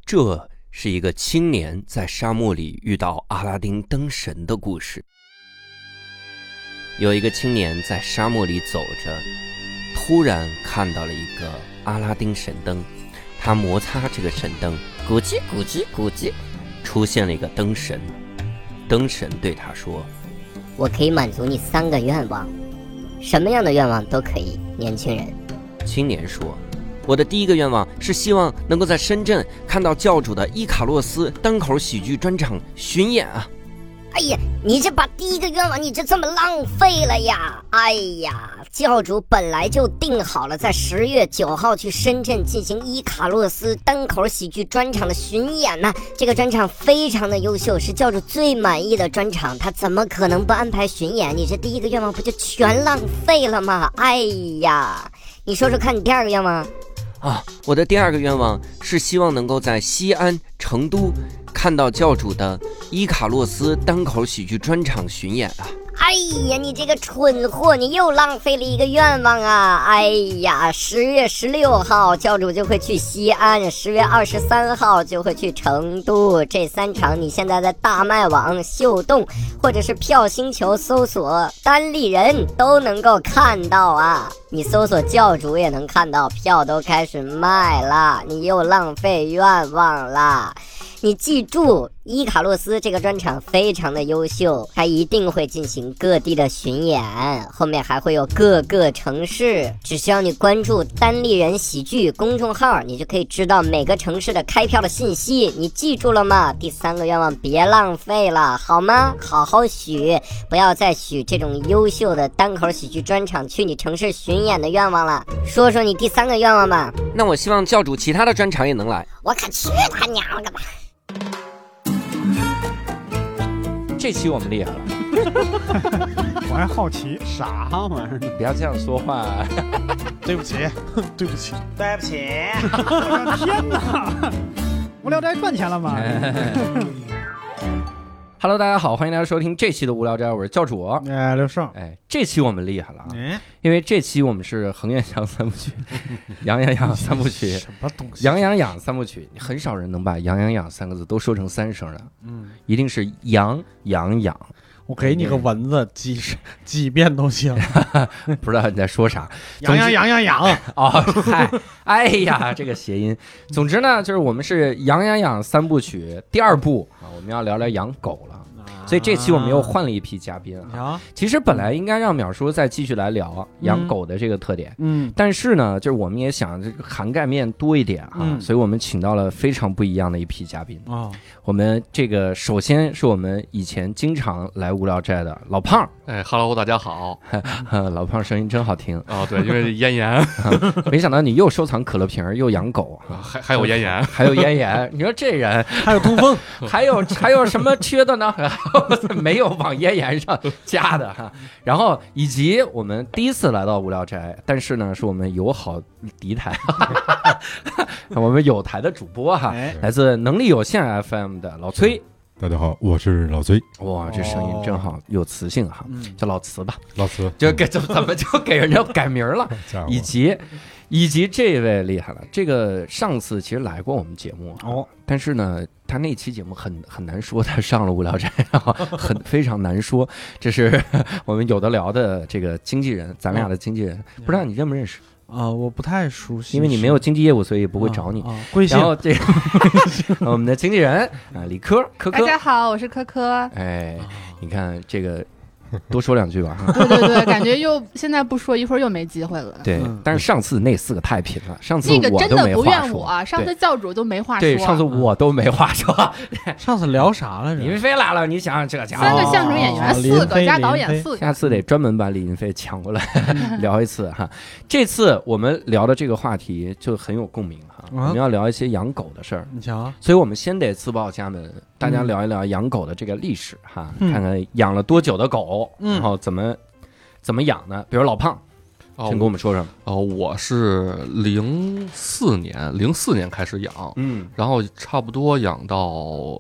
这是一个青年在沙漠里遇到阿拉丁灯神的故事。有一个青年在沙漠里走着，突然看到了一个阿拉丁神灯，他摩擦这个神灯，咕叽咕叽咕叽，出现了一个灯神。灯神对他说： 我可以满足你3个愿望，什么样的愿望都可以，年轻人。 青年说：我的第一个愿望是希望能够在深圳看到教主的伊卡洛斯单口喜剧专场巡演啊！ 哎呀，你这把第一个愿望你这么浪费了呀！哎呀，教主本来就定好了在10月9号去深圳进行伊卡洛斯单口喜剧专场的巡演呢。这个专场非常的优秀，是教主最满意的专场，他怎么可能不安排巡演？你这第一个愿望不就全浪费了吗？哎呀，你说说看你第二个愿望。 我的第二个愿望是希望能够在西安、成都看到教主的伊卡洛斯单口喜剧专场巡演啊！ 哎呀，你这个蠢货，你又浪费了一个愿望啊！哎呀，10月16号教主就会去西安，10月23号就会去成都，这3场你现在在大麦网、秀动或者是票星球搜索单立人都能够看到啊！你搜索教主也能看到，票都开始卖了，你又浪费愿望了。你记住，伊卡洛斯这个专场非常的优秀，它一定会进行各地的巡演，后面还会有各个城市，只需要你关注单立人喜剧公众号，你就可以知道每个城市的开票的信息。你记住了吗？第3个愿望别浪费了，好吗？好好许，不要再许这种优秀的单口喜剧专场去你城市巡演的愿望了。说说你第3个愿望吧。 那我希望教主其他的专场也能来。 我可去他娘了吧！ 这期我们厉害了。 我还好奇啥玩意儿呢？ 不要这样说话。 对不起，对不起， 对不起。 我的天哪！无聊斋赚钱了吗 Hello， 大家好，欢迎大家收听这期的无聊斋，我是教主。 刘胜， 这期我们厉害了啊！因为这期我们是恒源祥3部曲，养养养3部曲， 什么东西？ 养养养3部曲，很少人能把养养养3个字都说成3声的，一定是养养养。 我给你个文字，几遍都行。 不知道你在说啥？ 养哦，嗨，哎呀，这个谐音。总之呢，就是我们是养养养3部曲第2部啊，我们要聊聊养狗了。所以这期我们又换了一批嘉宾啊。其实本来应该让淼叔再继续来聊养狗的这个特点，但是呢，就是我们也想这个涵盖面多一点啊，所以我们请到了非常不一样的一批嘉宾啊。我们这个首先是我们以前经常来无聊斋的老胖。 Hello， 大家好。 老胖声音真好听哦，对，因为咽炎。 没想到你又收藏可乐瓶又养狗， 还有咽炎， 还有咽炎。你说这人还有痛风， 还有什么缺的呢？没有往咽炎上加的哈。然后以及我们第一次来到无聊斋，但是呢是我们友好敌台，我们有台的主播哈，来自能力有限 FM 的老崔。 大家好，我是老崔。 哇，这声音真好，有磁性哈，叫老磁吧。 老磁就怎么就给人家改名了？以及这位厉害了，这个上次其实来过我们节目但是呢，他那期节目很难说，他上了无聊斋，非常难说。这是我们有的聊的这个经纪人，咱俩的经纪人，不知道你认不认识？ 我不太熟悉， 因为你没有经纪业务，所以不会找你。然后这个我们的经纪人李科， 大家好，我是科科。 你看这个。多说2句吧。 对，感觉又现在不说，一会儿又没机会了。 对，但是上次那4个太贫了，上次那个真的不怨我啊，上次教主都没话说。 对，上次我都没话说。 上次聊啥了？ 李云飞来了，你想这家伙 3个相声演员，4个加导演4个， 下次得专门把李云飞抢过来聊一次哈。这次我们聊的这个话题就很有共鸣哈，我们要聊一些养狗的事儿。 你瞧， 所以我们先得自报家门，大家聊一聊养狗的这个历史哈，看看养了多久的狗。然后怎么养呢？比如老胖， 请跟我们说说。 我是04年开始养，然后差不多养到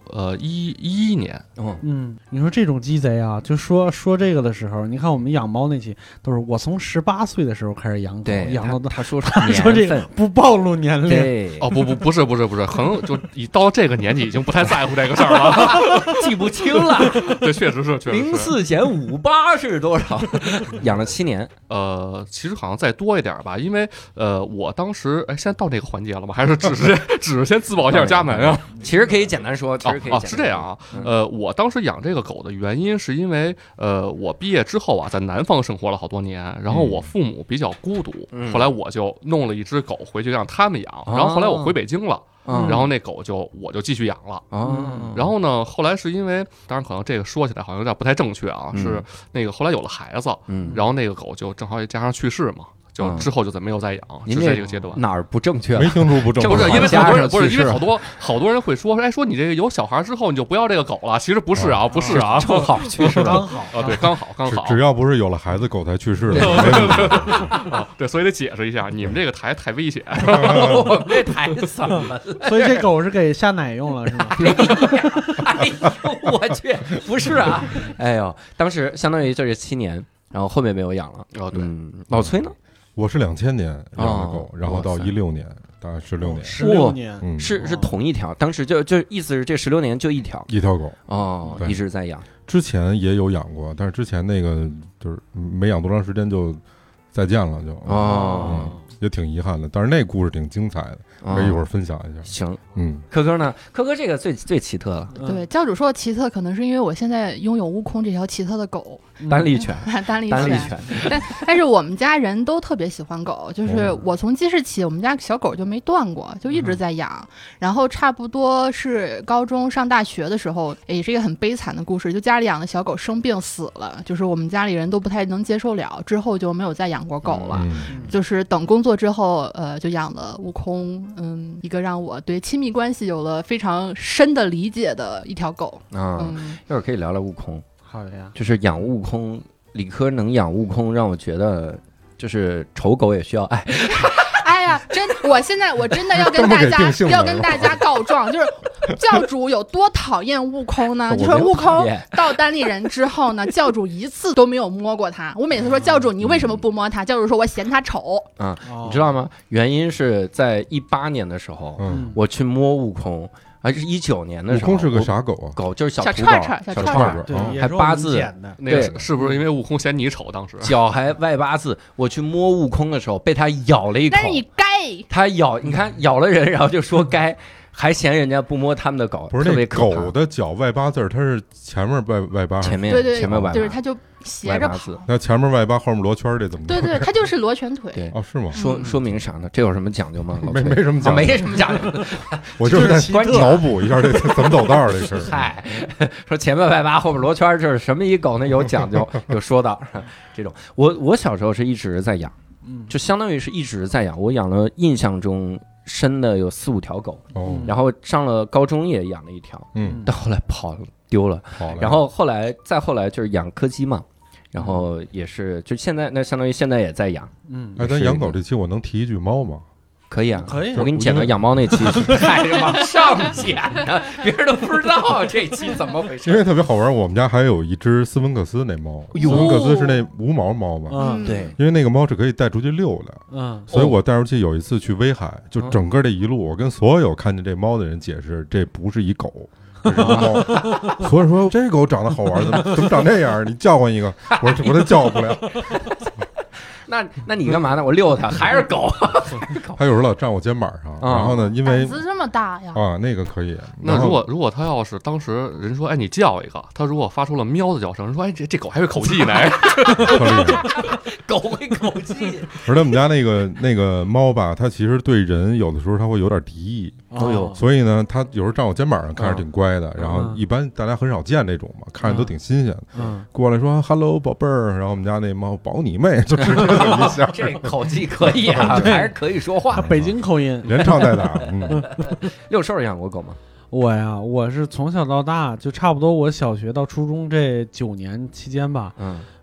11年。 你说这种鸡贼啊，就说这个的时候，你看我们养猫那期都是我从18岁的时候开始养狗，养到他说这个不暴露年龄。 对， 不是，可能就一到这个年纪已经不太在乎这个事儿了， 记不清了。 对，确实是。 04减58是多少？养了7年。 其实好像再多一点吧，因为我当时现在到这个环节了吗？还是只是先自报一下家门啊？ 其实可以简单说， 是这样啊。我当时养这个狗的原因是因为我毕业之后啊，在南方生活了好多年，然后我父母比较孤独，后来我就弄了一只狗回去让他们养，然后后来我回北京了。然后那狗我就继续养了。然后呢，后来是因为，当然可能这个说起来好像有点不太正确啊，是那个后来有了孩子，然后那个狗就正好也加上去世嘛。就之后就没有再养，是这个阶段。 哪儿不正确？ 没听出不正确。 不是因为好多人会说，说你这个有小孩之后你就不要这个狗了。其实不是啊，不是啊， 正好去世了， 刚好啊，对，刚好。 只要不是有了孩子狗才去世的， 对，所以得解释一下，你们这个台太危险。 我们这台怎么了？ 所以这狗是给下奶用了是吗？ 哎呦，我去，不是啊！哎呦，当时相当于就是7年，然后后面没有养了。 对， 老崔呢？ 我是2000年养的狗，然后到16年，大概16年。 16年， 是同一条。当时就意思是这16年就一条狗一直在养。 之前也有养过，但是之前那个就是没养多长时间就再见了，也挺遗憾的。但是那故事挺精彩的，可以一会儿分享一下。 行， 科科呢？科科这个最奇特了。 对，教主说的奇特，可能是因为我现在拥有悟空这条奇特的狗。 单立犬， 单立犬，但是我们家人都特别喜欢狗，就是我从记事起，我们家小狗就没断过，就一直在养。然后差不多是高中上大学的时候，也是一个很悲惨的故事，就家里养的小狗生病死了，就是我们家里人都不太能接受了，之后就没有再养过狗了。就是等工作之后，就养了悟空，一个让我对亲密关系有了非常深的理解的一条狗。一会儿可以聊聊悟空。 好的呀， 就是养悟空，理科能养悟空，让我觉得就是丑狗也需要爱。 哎呀，我现在我真的要跟大家告状，就是教主有多讨厌悟空呢？就是悟空到单立人之后呢，教主一次都没有摸过他。我每次说教主你为什么不摸他？教主说我嫌他丑。 你知道吗？原因是在18年的时候，我去摸悟空。还是19年的时候， 悟空是个啥狗啊？ 狗就是小串还8字， 那个是不是因为悟空嫌你丑？当时脚还外8字，我去摸悟空的时候被他咬了一口。 但是你该， 他你看咬了人，然后就说该，还嫌人家不摸他们的狗， 不是那狗的脚外8字，它是前面外8， 前面外8， 就是它就斜着跑。 那前面外8，后面罗圈，这怎么？ 对，它就是罗圈腿。 对， 是吗？ 说明啥呢？这有什么讲究吗？ 没什么讲究， 没什么讲究。 我就是在脑补一下这怎么走道这事儿。 嗨，说前面外8，后面罗圈，这是什么一狗呢？有讲究，有说道。这种，我小时候是一直在养，就相当于是一直在养。我养了印象中深的有4、5条狗，然后上了高中也养了1条，但后来丢了，然后后来就是养柯基嘛，然后也是就现在那相当于现在也在养。 咱养狗这期我能提一句猫吗？ 可以啊， 可以。 我给你剪个养猫那期，还是往上剪呢，别人都不知道这期怎么回事。 因为特别好玩，我们家还有一只斯芬克斯那猫，斯芬克斯是那无毛猫嘛， 对， 因为那个猫是可以带出去溜的，所以我带出去有一次去威海，就整个这一路，我跟所有看见这猫的人解释，这不是一狗。所以说这狗长得好玩，怎么长这样？你叫唤一个，我它叫不了。 那你干嘛呢？我遛它还是狗？ 它有时候老站我肩膀上，然后呢，因为胆子这么大呀？ 那个可以。 那如果它要是当时人说，你叫一个，它如果发出了喵的叫声，人说，这狗还会口技呢， 狗会口技。 而且我们家那个猫吧，它其实对人有的时候它会有点敌意，所以呢，它有时候站我肩膀上看着挺乖的，然后一般大家很少见这种嘛，看着都挺新鲜的。过来说 “hello 宝贝儿”，然后我们家那猫保你妹，就直接一下。 这口技可以啊，还是可以说话。 北京口音， 连唱带打。 六兽养过狗吗？ 我是从小到大就差不多，我小学到初中这9年期间吧，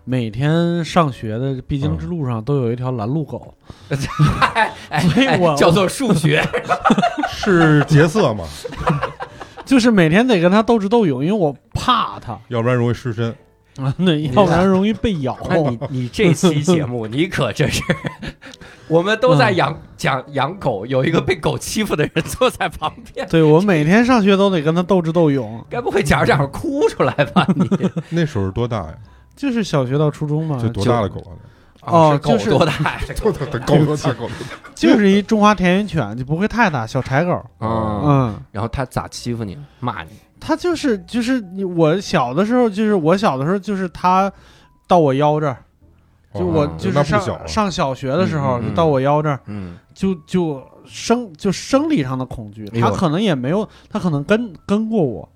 每天上学的必经之路上都有一条拦路狗，所以我叫做数学， 是劫色吗？ 就是每天得跟它斗智斗勇，因为我怕它， 要不然容易失身啊，对，要不然容易被咬。 那你这期节目你可真是，我们都在讲养狗，有一个被狗欺负的人坐在旁边。 对，我每天上学都得跟他斗智斗勇。 该不会讲着讲着哭出来吧？你那时候多大呀？ 就是小学到初中嘛。 就多大的狗啊？ 哦， 狗多大？ 狗多大？ 就是一中华田园犬，就不会太大，小柴狗。 然后他咋欺负你？骂你？ 他就是我小的时候就是他到我腰这儿，就我就是上小学的时候就到我腰这儿，就生理上的恐惧，他可能也没有，他可能跟过我。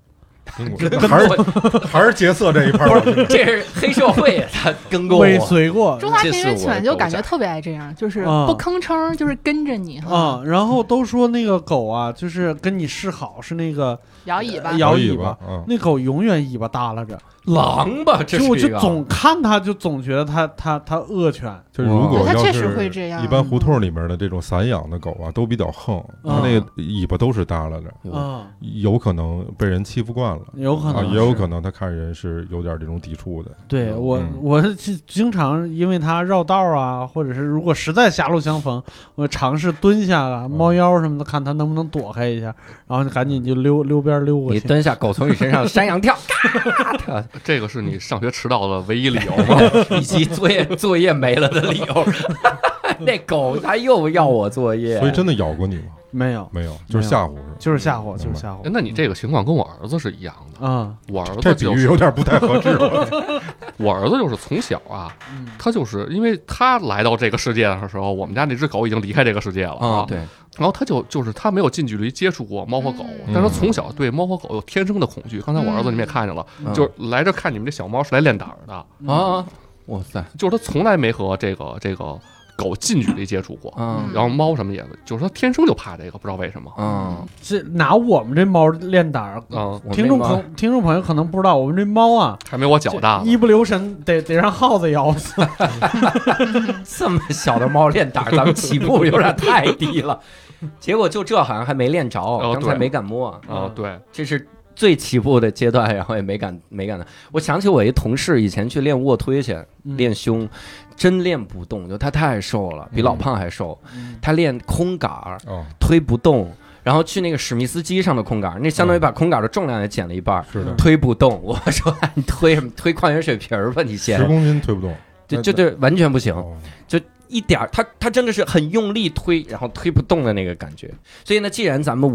还是劫色这一块儿， 这是黑社会，他跟过我， 尾随过。 中华田园犬就感觉特别爱这样，就是不吭声，就是跟着你啊。然后都说那个狗啊，就是跟你示好，是那个摇尾巴， 摇尾巴。那狗永远尾巴耷拉着。 狼吧，这是我就总看它，就总觉得它恶犬。 就是如果它确实会这样。 一般胡同里面的这种散养的狗啊，都比较横，它那个尾巴都是耷拉着，有可能被人欺负惯了， 有可能， 也有可能它看人是有点这种抵触的。 对我经常因为它绕道啊，或者是如果实在狭路相逢，我尝试蹲下啊，猫腰什么的，看它能不能躲开一下，然后就赶紧就溜边溜过去。 你蹲下，狗从你身上山羊跳，嘎这个是你上学迟到的唯一理由吗？ 以及作业没了的理由。那狗它又要我作业， 所以真的咬过你吗？ 没有， 就是吓唬， 就是吓唬。 那你这个情况跟我儿子是一样的啊。我儿子这比喻有点不太合适。 我儿子就是从小啊，他就是因为他来到这个世界的时候，我们家那只狗已经离开这个世界了啊。 对。 然后他就是他没有近距离接触过猫和狗，但是他从小对猫和狗有天生的恐惧。刚才我儿子你们也看见了，就是来这看你们这小猫是来练胆的啊！哇塞， 就是他从来没和这个狗近距离接触过，然后猫什么也，就是他天生就怕这个，不知道为什么。 是拿我们这猫练胆儿听众朋友可能不知道，我们这猫啊还没我脚大， 一不留神得让耗子咬死。 这么小的猫练胆儿，咱们起步有点太低了。结果就这好像还没练着，刚才没敢摸。 对， 这是最起步的阶段，然后也没敢的。我想起我一同事以前去练卧推去练胸，真练不动，就他太瘦了，比老胖还瘦。他练空杆推不动，然后去那个史密斯机上的空杆，那相当于把空杆的重量也减了一半，推不动。我说你推什么？推矿泉水瓶吧，你先。 10公斤推不动， 就完全不行，就一点儿，他真的是很用力推，然后推不动的那个感觉。所以呢，既然咱们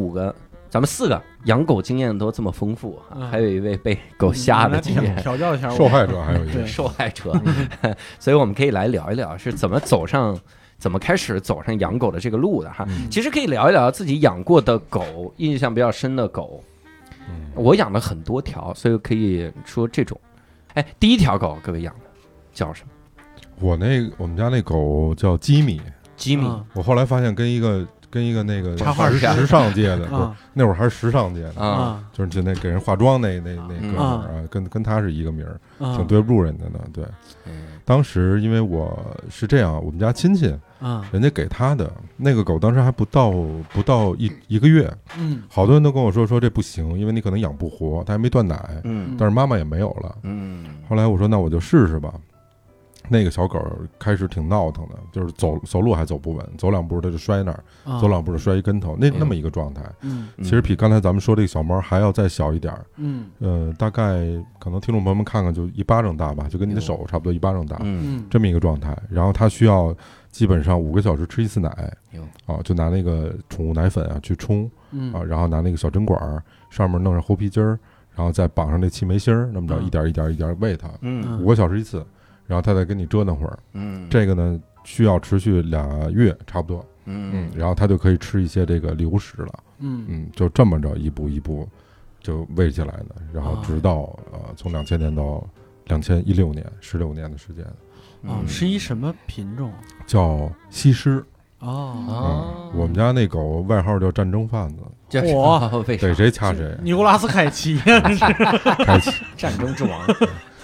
4个养狗经验都这么丰富，还有一位被狗吓的经验， 调教一下受害者，还有一位受害者，所以我们可以来聊一聊是怎么开始走上养狗的这个路的哈。其实可以聊一聊自己养过的狗，印象比较深的狗。我养了很多条，所以可以说这种。第一条狗各位养的叫什么？我们家那狗叫吉米，我后来发现跟一个那个插画时尚界的，那会儿还是时尚界的就那给人化妆那哥们儿啊，跟他是一个名儿，挺对不住人家的。对，当时因为我是这样，我们家亲戚人家给他的那个狗，当时还不到一个月，好多人都跟我说这不行，因为你可能养不活，他还没断奶，但是妈妈也没有了，后来我说那我就试试吧。那个小狗开始挺闹腾的，就是走路还走不稳，走2步它就摔那儿，走2步就摔一跟头，那么一个状态。其实比刚才咱们说这个小猫还要再小一点儿。大概可能听众朋友们看看，就1巴掌大吧，就跟你的手差不多1巴掌大，这么一个状态。然后它需要基本上5个小时吃1次奶，就拿那个宠物奶粉啊去冲，然后拿那个小针管上面弄上猴皮筋儿，然后再绑上那气梅芯儿，那么着一点一点喂它，5个小时1次。然后他再跟你折腾会儿，这个呢需要持续2月差不多，然后他就可以吃一些这个流食了，就这么着一步一步就喂起来的，然后直到从2000年到2016年，16年的时间， 是一什么品种？ 叫西施。我们家那狗外号叫战争贩子， 我逮谁掐谁， 尼古拉斯凯奇， 凯奇战争之王。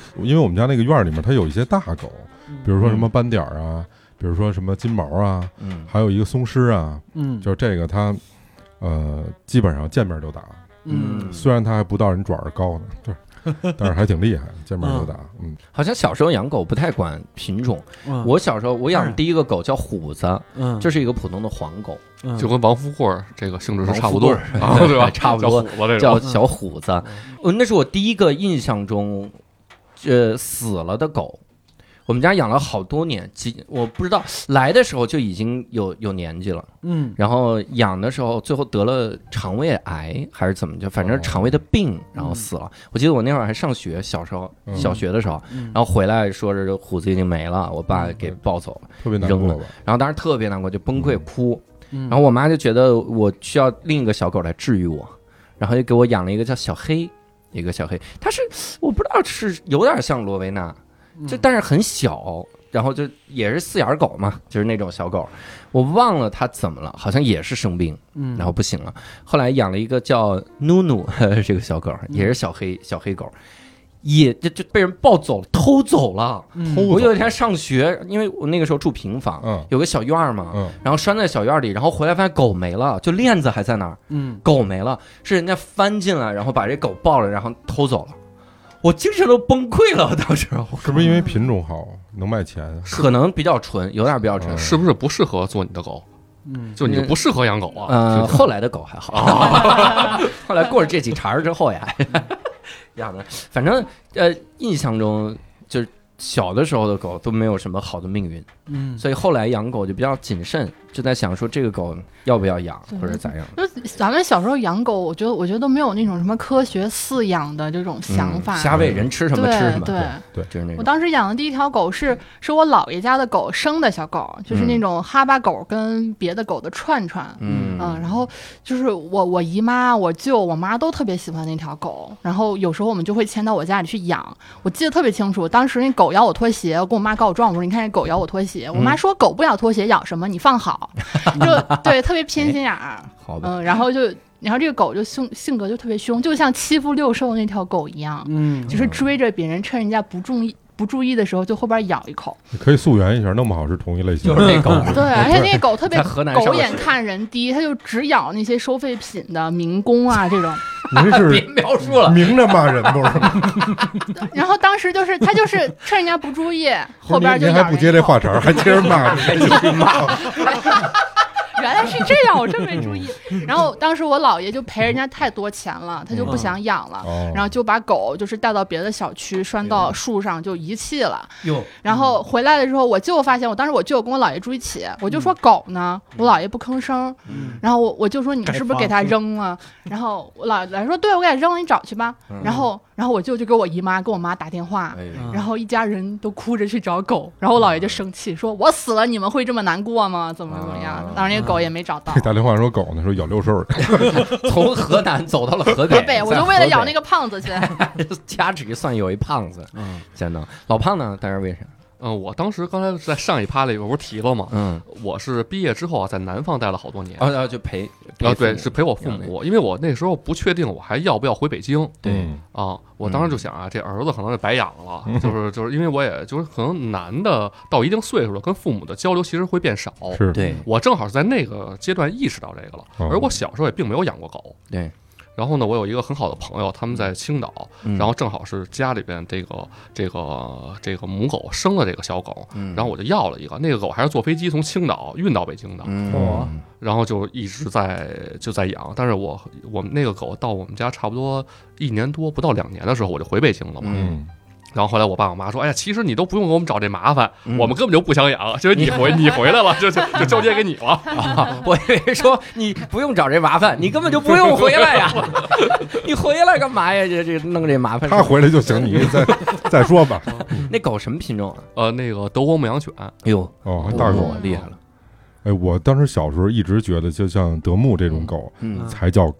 因为我们家那个院里面它有一些大狗，比如说什么斑点啊，比如说什么金毛啊，还有一个松狮啊，就是这个它基本上见面就打，虽然它还不到人爪儿高呢，对。但是还挺厉害，见面就打。 好像小时候养狗不太管品种。我小时候我养第一个狗叫虎子，就是一个普通的黄狗， 就跟王富贵这个性质是差不多，对吧？ 差不多，叫小虎子。那是我第一个印象中，死了的狗。我们家养了好多年，我不知道来的时候就已经有年纪了，然后养的时候最后得了肠胃癌还是怎么着，反正肠胃的病，然后死了。我记得我那会儿还上学，小学的时候，然后回来说这虎子已经没了，我爸给抱走了， 特别扔了，然后当时特别难过，就崩溃哭，然后我妈就觉得我需要另一个小狗来治愈我，然后就给我养了一个叫小黑，一个小黑，它是我不知道是有点像罗威纳。但是很小，然后就也是4眼狗嘛，就是那种小狗，我忘了它怎么了，好像也是生病，然后不行了。后来养了一个叫努努这个小狗，也是小黑狗，也就被人抱走了，偷走了。我有一天上学，因为我那个时候住平房，有个小院嘛，然后拴在小院里，然后回来发现狗没了，就链子还在那儿，狗没了，是人家翻进来，然后把这狗抱了，然后偷走了。我精神都崩溃了，当时是不是因为品种好能卖钱？ 可能比较纯，有点比较纯， 是不是不适合做你的狗？就你不适合养狗啊？ 后来的狗还好，后来过了这几茬之后呀，养的，反正印象中就是小的时候的狗都没有什么好的命运，所以后来养狗就比较谨慎，就在想说这个狗要不要养或者咋样。 就咱们小时候养狗，我觉得都没有那种什么科学饲养的这种想法， 瞎喂，人吃什么吃什么。 对， 就是那种。 我当时养的第一条狗是我姥爷家的狗生的小狗，就是那种哈巴狗跟别的狗的串串，然后就是我姨妈、我舅、我妈都特别喜欢那条狗，然后有时候我们就会牵到我家里去养。我记得特别清楚，当时那狗咬我拖鞋，我跟我妈告状，我说你看这狗咬我拖鞋，我妈说狗不咬拖鞋，咬什么？你放好，就对，特别偏心眼儿。然后这个狗就性格就特别凶，就像欺负六兽那条狗一样，就是追着别人，趁人家不注意的时候就后边咬一口。 你可以溯源一下，那么好是同一类型， 就是那狗。 对，而且那狗特别狗眼看人低，它就只咬那些收废品的民工啊这种。 您是别描述了， 明着骂人不是？ 然后当时他就是趁人家不注意，后边就咬人。 您还不接这话茬，还接着骂， 还继续骂。 原来是这样，我真没注意。然后当时我姥爷就赔人家太多钱了，他就不想养了，然后就把狗就是带到别的小区拴到树上就遗弃了。然后回来的时候，我舅发现我当时我舅跟我姥爷住一起，我就说狗呢，我姥爷不吭声。然后我就说你是不是给他扔了？然后我姥爷说对，我给他扔了，你找去吧。然后我舅就给我姨妈跟我妈打电话，然后一家人都哭着去找狗，然后我姥爷就生气说我死了你们会这么难过吗？怎么样？当时那个狗也没找到。 打电话说狗呢，说咬六兽从河南走到了河北， 我就为了咬那个胖子去。 掐指一算有一胖子，真的老胖呢，但是为啥？ 我当时刚才在上一趴里我不是提了吗？我是毕业之后在南方待了好多年， 就陪对，是陪我父母，因为我那时候不确定我还要不要回北京。 对我当时就想这儿子可能是白养了，就是因为我也就是可能男的到一定岁数了，跟父母的交流其实会变少。 是， 对， 我正好是在那个阶段意识到这个了，而我小时候也并没有养过狗。 对。 然后呢，我有一个很好的朋友，他们在青岛，然后正好是家里边这个母狗生了这个小狗，然后我就要了一个，那个狗还是坐飞机从青岛运到北京的，然后就一直在养。但是我们那个狗到我们家差不多1年多，不到2年的时候，我就回北京了嘛。然后后来我爸我妈说：“哎呀，其实你都不用给我们找这麻烦，我们根本就不想养，就是你回来了，就交接给你了。 我以为说你不用找这麻烦，你根本就不用回来呀，你回来干嘛呀？这弄这麻烦。 他回来就行，你再说吧。 那狗什么品种啊？ 那个德国牧羊犬。 哎呦， 大狗厉害了。 哎，我当时小时候一直觉得，就像德牧这种狗，才叫狗。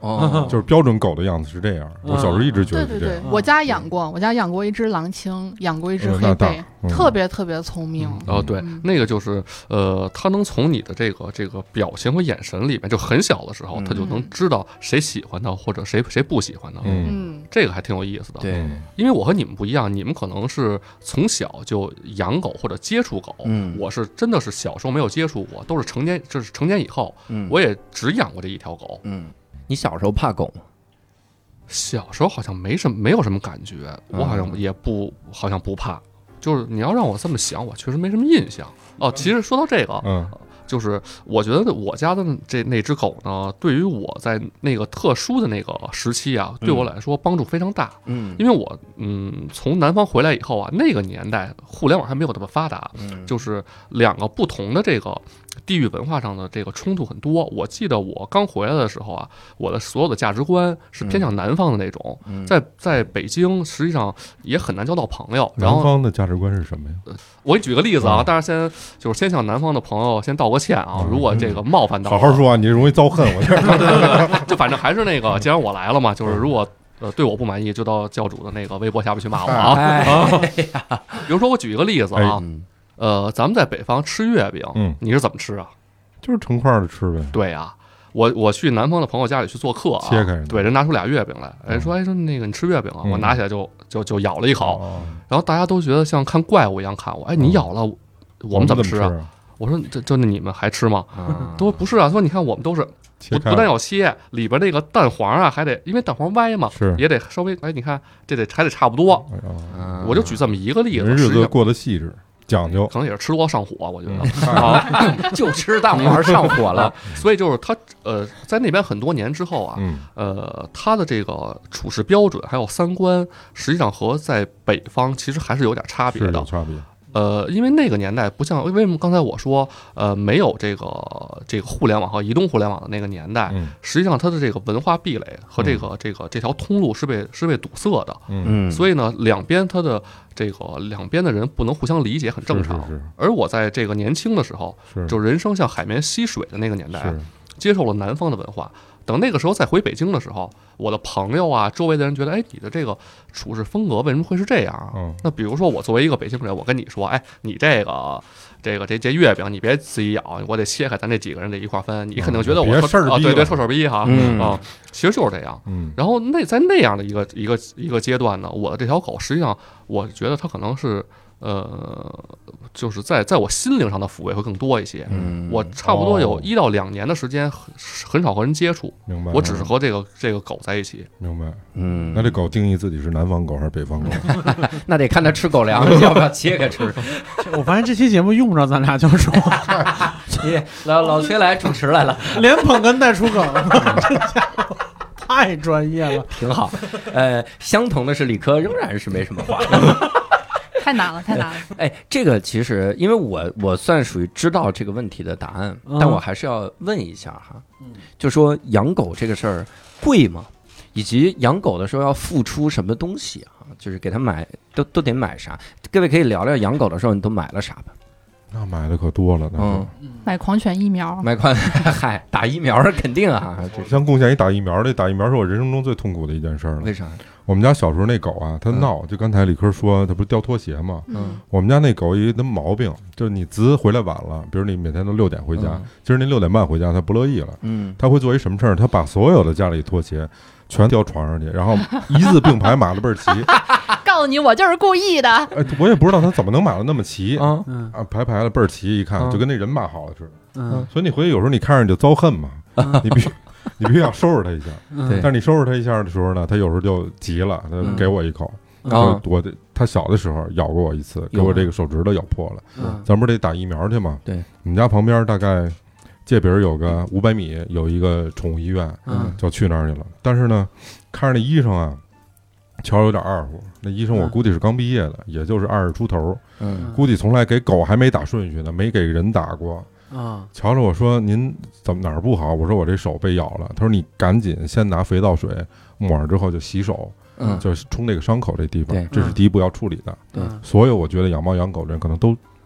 就是标准狗的样子是这样。我小时候一直觉得是这样。 对，我家养过一只狼青，养过一只黑背，特别特别聪明。 对，那个就是它能从你的这个表情和眼神里面，就很小的时候，它就能知道谁喜欢它或者谁不喜欢它。这个还挺有意思的。 对， 因为我和你们不一样，你们可能是从小就养狗或者接触狗，我是真的是小时候没有接触过，都是成年以后，我也只养过这一条狗。 你小时候怕狗吗？ 小时候好像没有什么感觉，我好像好像不怕。就是你要让我这么想，我确实没什么印象。其实说到这个，就是我觉得我家的那只狗呢，对于我在那个特殊的那个时期啊，对我来说帮助非常大。因为我从南方回来以后啊，那个年代互联网还没有那么发达，就是两个不同的这个地域文化上的这个冲突很多。我记得我刚回来的时候啊，我的所有的价值观是偏向南方的那种，在北京实际上也很难交到朋友。 南方的价值观是什么呀？ 我举个例子啊，但是先向南方的朋友先道个歉啊，如果这个冒犯到， 好好说啊，你容易遭恨。我对，就反正还是那个，既然我来了嘛，就是如果对我不满意，就到教主的那个微博下边去骂我啊。比如说我举一个例子啊。咱们在北方吃月饼，你是怎么吃啊？ 就是成块的吃呗。 对呀，我去南方的朋友家里去做客啊， 切开， 对，人拿出俩月饼来，说那个你吃月饼啊，我拿起来就咬了一口，然后大家都觉得像看怪物一样看我，你咬了，我们怎么吃啊？我说就你们还吃吗？都不是啊，说你看我们都是不但要切，里边那个蛋黄啊还得，因为蛋黄歪嘛，也得稍微你看这还得差不多。我就举这么一个例子， 日子过得细致。讲究可能也是吃多上火，我觉得就吃蛋黄上火了。 所以就是他在那边很多年之后啊，他的这个处事标准还有三观，实际上和在北方其实还是有点差别的。 有差别。 因为那个年代不像为什么刚才我说没有这个互联网和移动互联网的那个年代，实际上它的这个文化壁垒和这条通路是被堵塞的，所以呢两边的人不能互相理解，很正常。而我在这个年轻的时候，就人生像海绵吸水的那个年代，接受了南方的文化。等那个时候再回北京的时候，我的朋友啊，周围的人觉得，你的这个处事风格为什么会是这样啊？那比如说我作为一个北京人，我跟你说，你这月饼你别自己咬，我得切开，咱这几个人得一块分，你肯定觉得我对臭逼哈其实就是这样。然后在那样的一个阶段呢，我的这条狗实际上我觉得它可能是。就是在我心灵上的抚慰会更多一些。我差不多有1到2年的时间很少和人接触， 明白？ 我只是和这个狗在一起， 明白？那这狗定义自己是南方狗还是北方狗？ 那得看它吃狗粮要不要切开吃。 我发现这期节目用不着咱俩就说， 老崔来主持来了， 连捧哏带出梗，这家伙太专业了， 挺好。相同的是，理科仍然是没什么话。 太难了。 这个其实因为我算属于知道这个问题的答案，但我还是要问一下哈，就说养狗这个事儿贵吗？以及养狗的时候要付出什么东西啊？就是给它买都得买啥？各位可以聊聊养狗的时候你都买了啥吧？ 那买的可多了， 买狂犬疫苗， 打疫苗肯定啊。 像贡献一打疫苗，这打疫苗是我人生中最痛苦的一件事了。 为啥？ 我们家小时候那狗啊，它闹，就刚才李科说，它不是掉拖鞋吗？我们家那狗有一个毛病，就是你回来晚了，比如你每天都6点回家，今儿你6点半回家，它不乐意了。它会做一什么事儿？它把所有的家里拖鞋全掉床上去，然后一字并排码的倍儿齐。 告诉你，我就是故意的。 我也不知道它怎么能码的那么齐排的倍儿齐，一看就跟那人码好的似的。所以你回去有时候你看着就遭恨嘛，你必须要收拾它一下。但是你收拾它一下的时候呢，它有时候就急了，它给我一口。它小的时候咬过我一次，给我这个手指头咬破了。咱不是得打疫苗去吗？ 对， 我们家旁边大概界边有个500米有一个宠物医院，就去那儿去了。但是呢，看着那医生啊，瞧有点二乎。那医生我估计是刚毕业的，也就是20出头，估计从来给狗还没打顺序呢，没给人打过。瞧着我说您怎么哪儿不好？我说我这手被咬了。他说你赶紧先拿肥皂水抹上之后就洗手，就是冲这个伤口这地方，这是第一步要处理的。所有我觉得养猫养狗的人可能都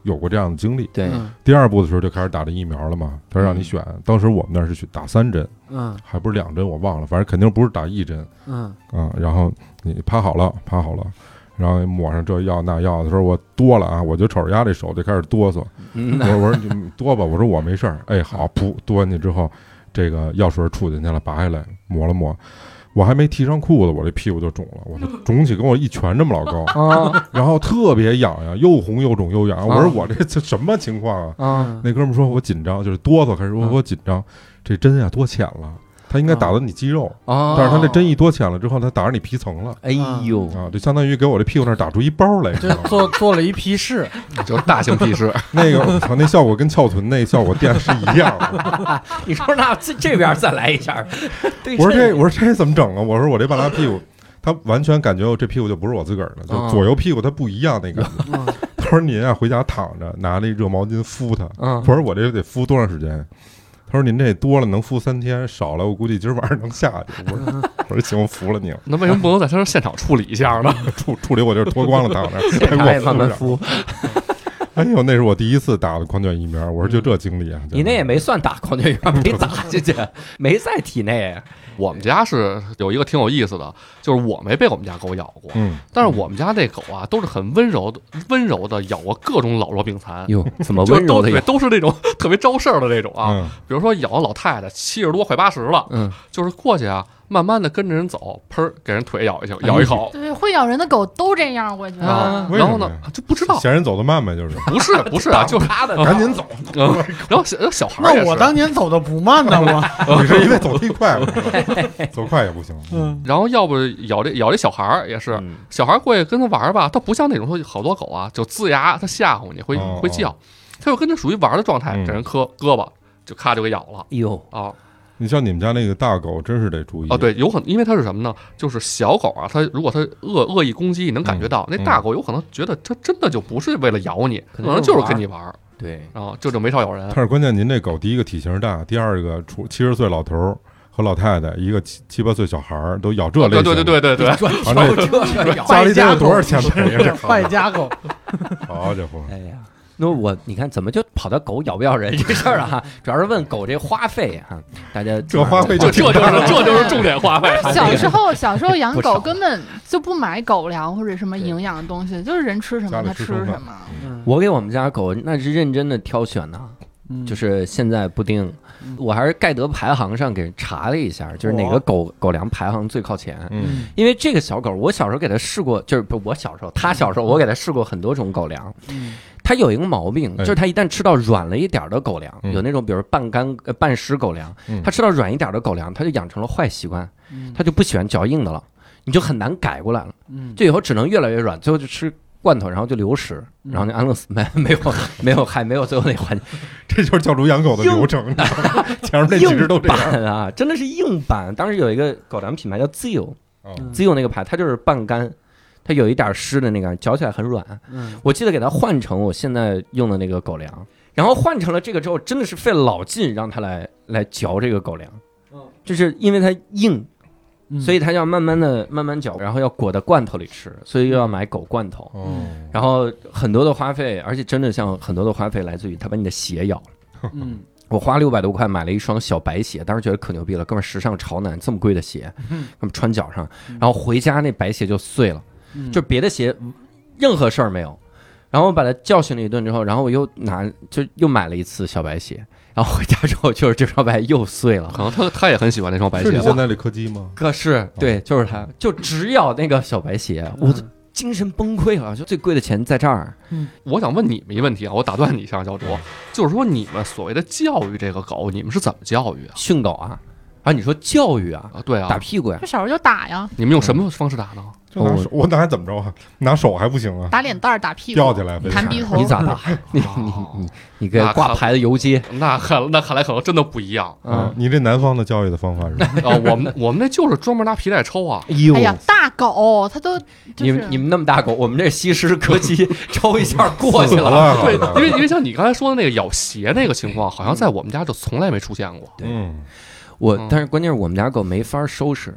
有过这样的经历。 对， 第2步的时候就开始打这疫苗了嘛，他让你选，当时我们那是去打3针，还不是2针，我忘了，反正肯定不是打1针，然后你趴好了，然后抹上这药那药的时候，我多了啊，我就瞅着丫这手就开始哆嗦，我说你多吧，我说我没事儿，哎好，噗多进去之后，这个药水杵进去了，拔下来抹了抹。我还没提上裤子，我这屁股就肿了，我肿起跟我一拳这么老高，然后特别痒痒，又红又肿又痒。我说我这什么情况啊？那哥们说我紧张，就是哆嗦，开始说我紧张，这针啊多浅了。他应该打到你肌肉，但是他这针一多浅了之后，他打着你皮层了。 哎呦啊，就相当于给我这屁股那儿打出一包来， 就做了一批试， 就是大型批试。 那个那效果跟翘臀那效果电是一样的。 你说那这边再来一下， 我说这怎么整啊？我说我这半拉屁股，他完全感觉我这屁股就不是我自个儿的，就左右屁股它不一样那感觉。他说您啊回家躺着，拿那热毛巾敷它。我说我这得敷多长时间？他说您这多了能敷3天，少了我估计今儿晚上能下去。我说行，我服了你了。 那为什么不能在他这现场处理一下呢？ 处理我就是脱光了躺着， 现场也慢慢敷。 哎呦，那是我第一次打的狂犬疫苗，我说就这经历啊！ 你那也没算打狂犬疫苗，没打进去，没在体内。 我们家是有一个挺有意思的，就是我没被我们家狗咬过，但是我们家那狗啊都是很温柔的咬过各种老弱病残。 哟，怎么温柔的咬？ 都是那种特别招事儿的那种啊，比如说咬老太太70多快80了，就是过去啊。慢慢的跟着人走，砰给人腿咬一口。 对，会咬人的狗都这样，我觉得。 然后呢，就不知道嫌人走得慢呗，就是不是啊，就是他的赶紧走。 然后小孩也是， 那我当年走的不慢呢， 我你是因为走得快，走快也不行。 然后要不咬这小孩也是，小孩过去跟他玩吧，他不像那种说好多狗啊，就呲牙，他吓唬你会叫，他就跟他属于玩的状态，给人磕胳膊就咔就给咬了。 哟啊！ 你像你们家那个大狗，真是得注意对，有可能，因为它是什么呢？就是小狗啊，它如果它恶意攻击，你能感觉到，那大狗有可能觉得它真的就不是为了咬你，可能就是跟你玩。 对， 然后就没少咬人。 但是关键，您这狗第一个体型大，第二个70岁老头和老太太，一个7、8岁小孩都咬这类型。 对， 家里得有多少钱赔呀？ 这败家狗， 好家伙！ 哎呀。那你看怎么就跑到狗咬不咬人这事儿了哈？主要是问狗这花费哈，大家这花费这就是重点花费。 小时候养狗根本就不买狗粮或者什么营养的东西，就是人吃什么它吃什么。 我给我们家狗那是认真的挑选呐，就是现在不定，我还是盖德排行上给查了一下，就是哪个狗粮排行最靠前。因为这个小狗，我小时候给它试过，就是不我小时候，它小时候我给它试过很多种狗粮。它有一个毛病，就是它一旦吃到软了一点的狗粮，有那种比如半干半湿狗粮，它吃到软一点的狗粮，它就养成了坏习惯，它就不喜欢嚼硬的了，你就很难改过来了。就以后只能越来越软，最后就吃罐头，然后就流食，然后就安乐死，没有还没有最后那环节。 这就是教主养狗的流程，前面那几只都这样啊，真的是硬板。当时有一个狗粮品牌叫 Zio 那个牌，它就是半干。它有一点湿的那个，嚼起来很软。我记得给它换成我现在用的那个狗粮，然后换成了这个之后，真的是费了老劲让它来嚼这个狗粮，就是因为它硬，所以它要慢慢嚼，然后要裹在罐头里吃，所以又要买狗罐头。然后很多的花费，而且真的像很多的花费来自于它把你的鞋咬了。我花600多块买了一双小白鞋，当时觉得可牛逼了，哥们时尚潮男这么贵的鞋，哥们穿脚上，然后回家那白鞋就碎了。就别的鞋任何事儿没有，然后我把他教训了一顿之后，然后我又又买了一次小白鞋，然后回家之后就是这双白又碎了。 可能他也很喜欢那双白鞋。 是你现在这柯基吗？ 可是对，就是他，就只咬那个小白鞋，我精神崩溃了，就最贵的钱在这儿。 我想问你们一个问题啊，我打断你一下，教主，就是说你们所谓的教育这个狗，你们是怎么教育啊？ 训狗啊？啊，你说教育啊？ 对啊， 打屁股呀。 这小时候就打呀。 你们用什么方式打呢？ 就拿手，我那还怎么着啊？拿手还不行啊？ 打脸蛋，打屁股， 吊起来， 弹鼻头。 你咋打？你给挂牌子游街？ 那看来可能真的不一样。 你这南方的教育的方法是？ 我们那就是专门拿皮带抽啊。 哎呀，大狗它都你们那么大狗，我们这西施柯基抽一下过去了。 对，因为像你刚才说的那个咬鞋那个情况，好像在我们家就从来没出现过。 对，但是关键是我们家狗没法收拾。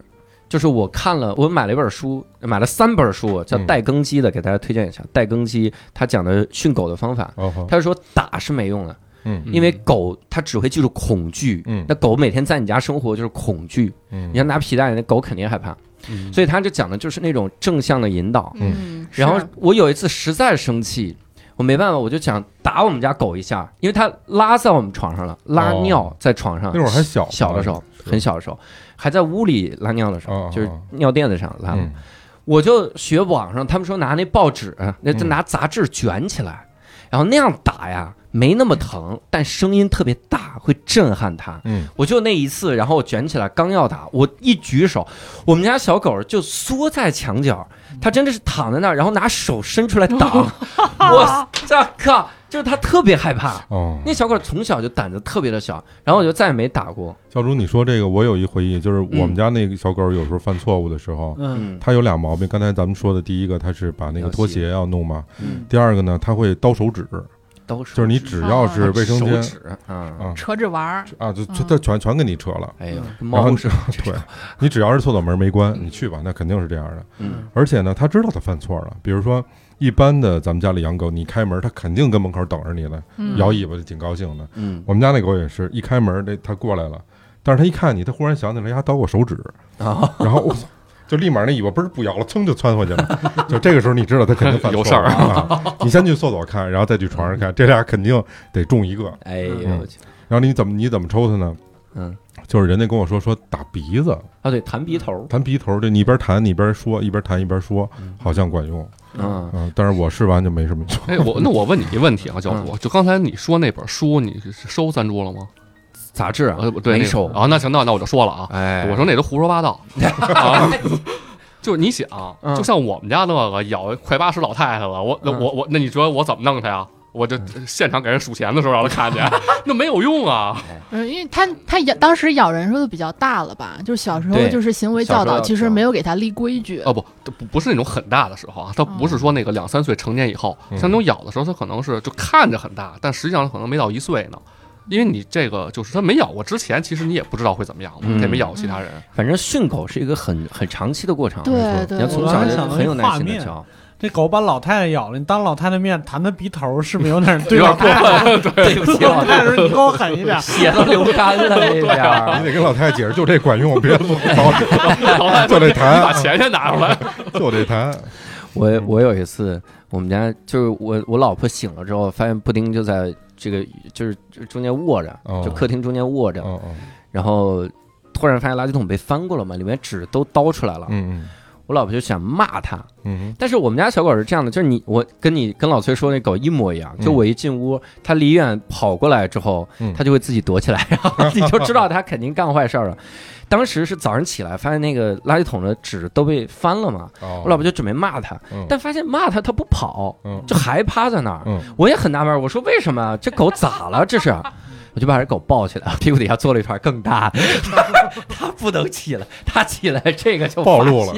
就是我看了，我买了一本书，买了3本书，叫戴耕基的，给大家推荐一下。戴耕基他讲的训狗的方法，他就说打是没用的，因为狗它只会记住恐惧，那狗每天在你家生活就是恐惧，你要拿皮带，那狗肯定害怕，所以他就讲的就是那种正向的引导。然后我有一次实在生气，我没办法，我就想打我们家狗一下，因为它拉在我们床上了，拉尿在床上。 那会儿还小的时候，很小的时候，还在屋里拉尿的时候，就是尿垫子上拉了。我就学网上他们说拿那报纸，拿杂志卷起来，然后那样打呀，没那么疼，但声音特别大，会震撼它。我就那一次，然后我卷起来刚要打，我一举手，我们家小狗就缩在墙角，它真的是躺在那儿，然后拿手伸出来挡。我这靠，就是它特别害怕。那小狗从小就胆子特别的小，然后我就再也没打过。 教主，你说这个我有一回忆，就是我们家那个小狗有时候犯错误的时候，它有2毛病。刚才咱们说的第一个，它是把那个拖鞋要弄嘛，第二个呢，它会叨手指。就是你只要是卫生间扯着玩啊，就它全给你扯了。 哎呦， 然后对，你只要是厕所门没关，你去吧，那肯定是这样的。而且呢，他知道他犯错了。比如说，一般的咱们家里养狗，你开门，它肯定跟门口等着你了，摇尾巴就挺高兴的。我们家那狗也是一开门，它过来了，但是它一看你，它忽然想起来，它叨我手指，然后我操。就立马那尾巴嘣不摇了，噌就窜回去了。就这个时候你知道他肯定犯错有事儿啊！你先去厕所看，然后再去床上看，这俩肯定得中一个。 哎呦， 然后你怎么抽他呢？就是人家跟我说打鼻子啊，对，弹鼻头， 对，你一边弹你一边说，一边弹一边说，好像管用。但是我试完就没什么用。 哎，我问你一个问题啊，教主，就刚才你说那本书，你是收赞助了吗？ 杂志啊， 对， 没收啊。那行，那我就说了啊，我说那都胡说八道啊。就是你想，就像我们家那个咬快80老太太了，我那你觉得我怎么弄他呀？我就现场给人数钱的时候让他看见，那没有用啊。 因为他当时咬人时候都比较大了吧，就是小时候就是行为教导，其实没有给他立规矩。 不是那种很大的时候啊，他不是说那个2、3岁成年以后，像那种咬的时候，他可能是就看着很大，但实际上可能没到1岁呢。因为你这个就是他没咬过之前，其实你也不知道会怎么样，他也没咬过其他人。 反正训狗是一个很长期的过程。 对， 你要从小就很有耐心的教。 这狗把老太太咬了，你当老太太面弹她鼻头，是不是有点对老太太？ 对不起， 老太太，你给我狠一点， 血都流干了这边。 你得跟老太太解释，就这管用，别不好，就这弹， 把钱先拿出来， 就这弹。 我有一次，我们家就是我老婆醒了之后，发现布丁就在这个就是中间卧着，就客厅中间卧着，然后突然发现垃圾桶被翻过了嘛，里面纸都倒出来了。我老婆就想骂他，但是我们家小狗是这样的，就是我跟老崔说那狗一模一样，就我一进屋，它离远跑过来之后，它就会自己躲起来，然后你就知道它肯定干坏事了。当时是早上起来，发现那个垃圾桶的纸都被翻了嘛，我老婆就准备骂他，但发现骂他不跑，就还趴在那儿。我也很纳闷，我说为什么这狗咋了？这是。我就把这狗抱起来，屁股底下坐了一团更大的，它不能起来，它起来这个就暴露了，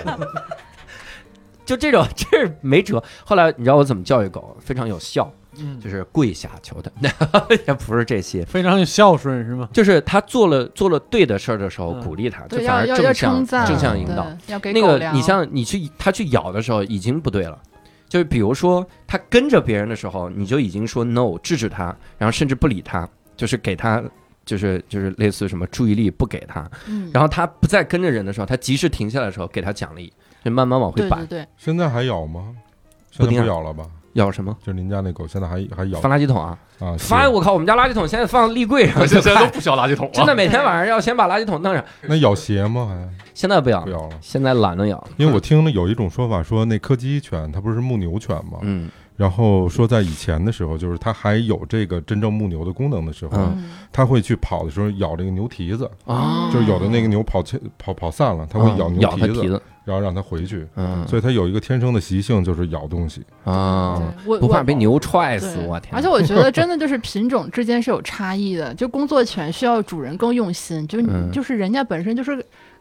就这种这是没辙。后来你知道我怎么教育狗，非常有效，就是跪下求它，也不是这些， 非常有孝顺是吗？ 就是他做了对的事儿的时候，鼓励他，就反而正向引导。 要给那个你像他去咬的时候已经不对了。就是比如说他跟着别人的时候，你就已经说 no 制止他，然后甚至不理他，就是给他就是类似什么注意力不给他，然后他不再跟着人的时候，他及时停下来的时候给他奖励，就慢慢往回摆。 对， 现在还咬吗？现在不咬了吧？ 咬什么？ 就是您家那狗现在还咬放垃圾桶啊？放！我靠，我们家垃圾桶现在放立柜上， 现在都不需要垃圾桶了。 真的，每天晚上要先把垃圾桶弄上。 那咬鞋吗？还现在不咬了， 现在懒得咬。 因为我听了有一种说法，说那柯基犬它不是牧牛犬吗？然后说在以前的时候，就是它还有这个真正牧牛的功能的时候，它会去跑的时候咬这个牛蹄子，就是有的那个牛跑散了，它会咬牛蹄子，然后让它回去。所以它有一个天生的习性，就是咬东西啊，不怕被牛踹死。我天！ 而且我觉得真的就是品种之间是有差异的，就工作犬需要主人更用心，就是人家本身就是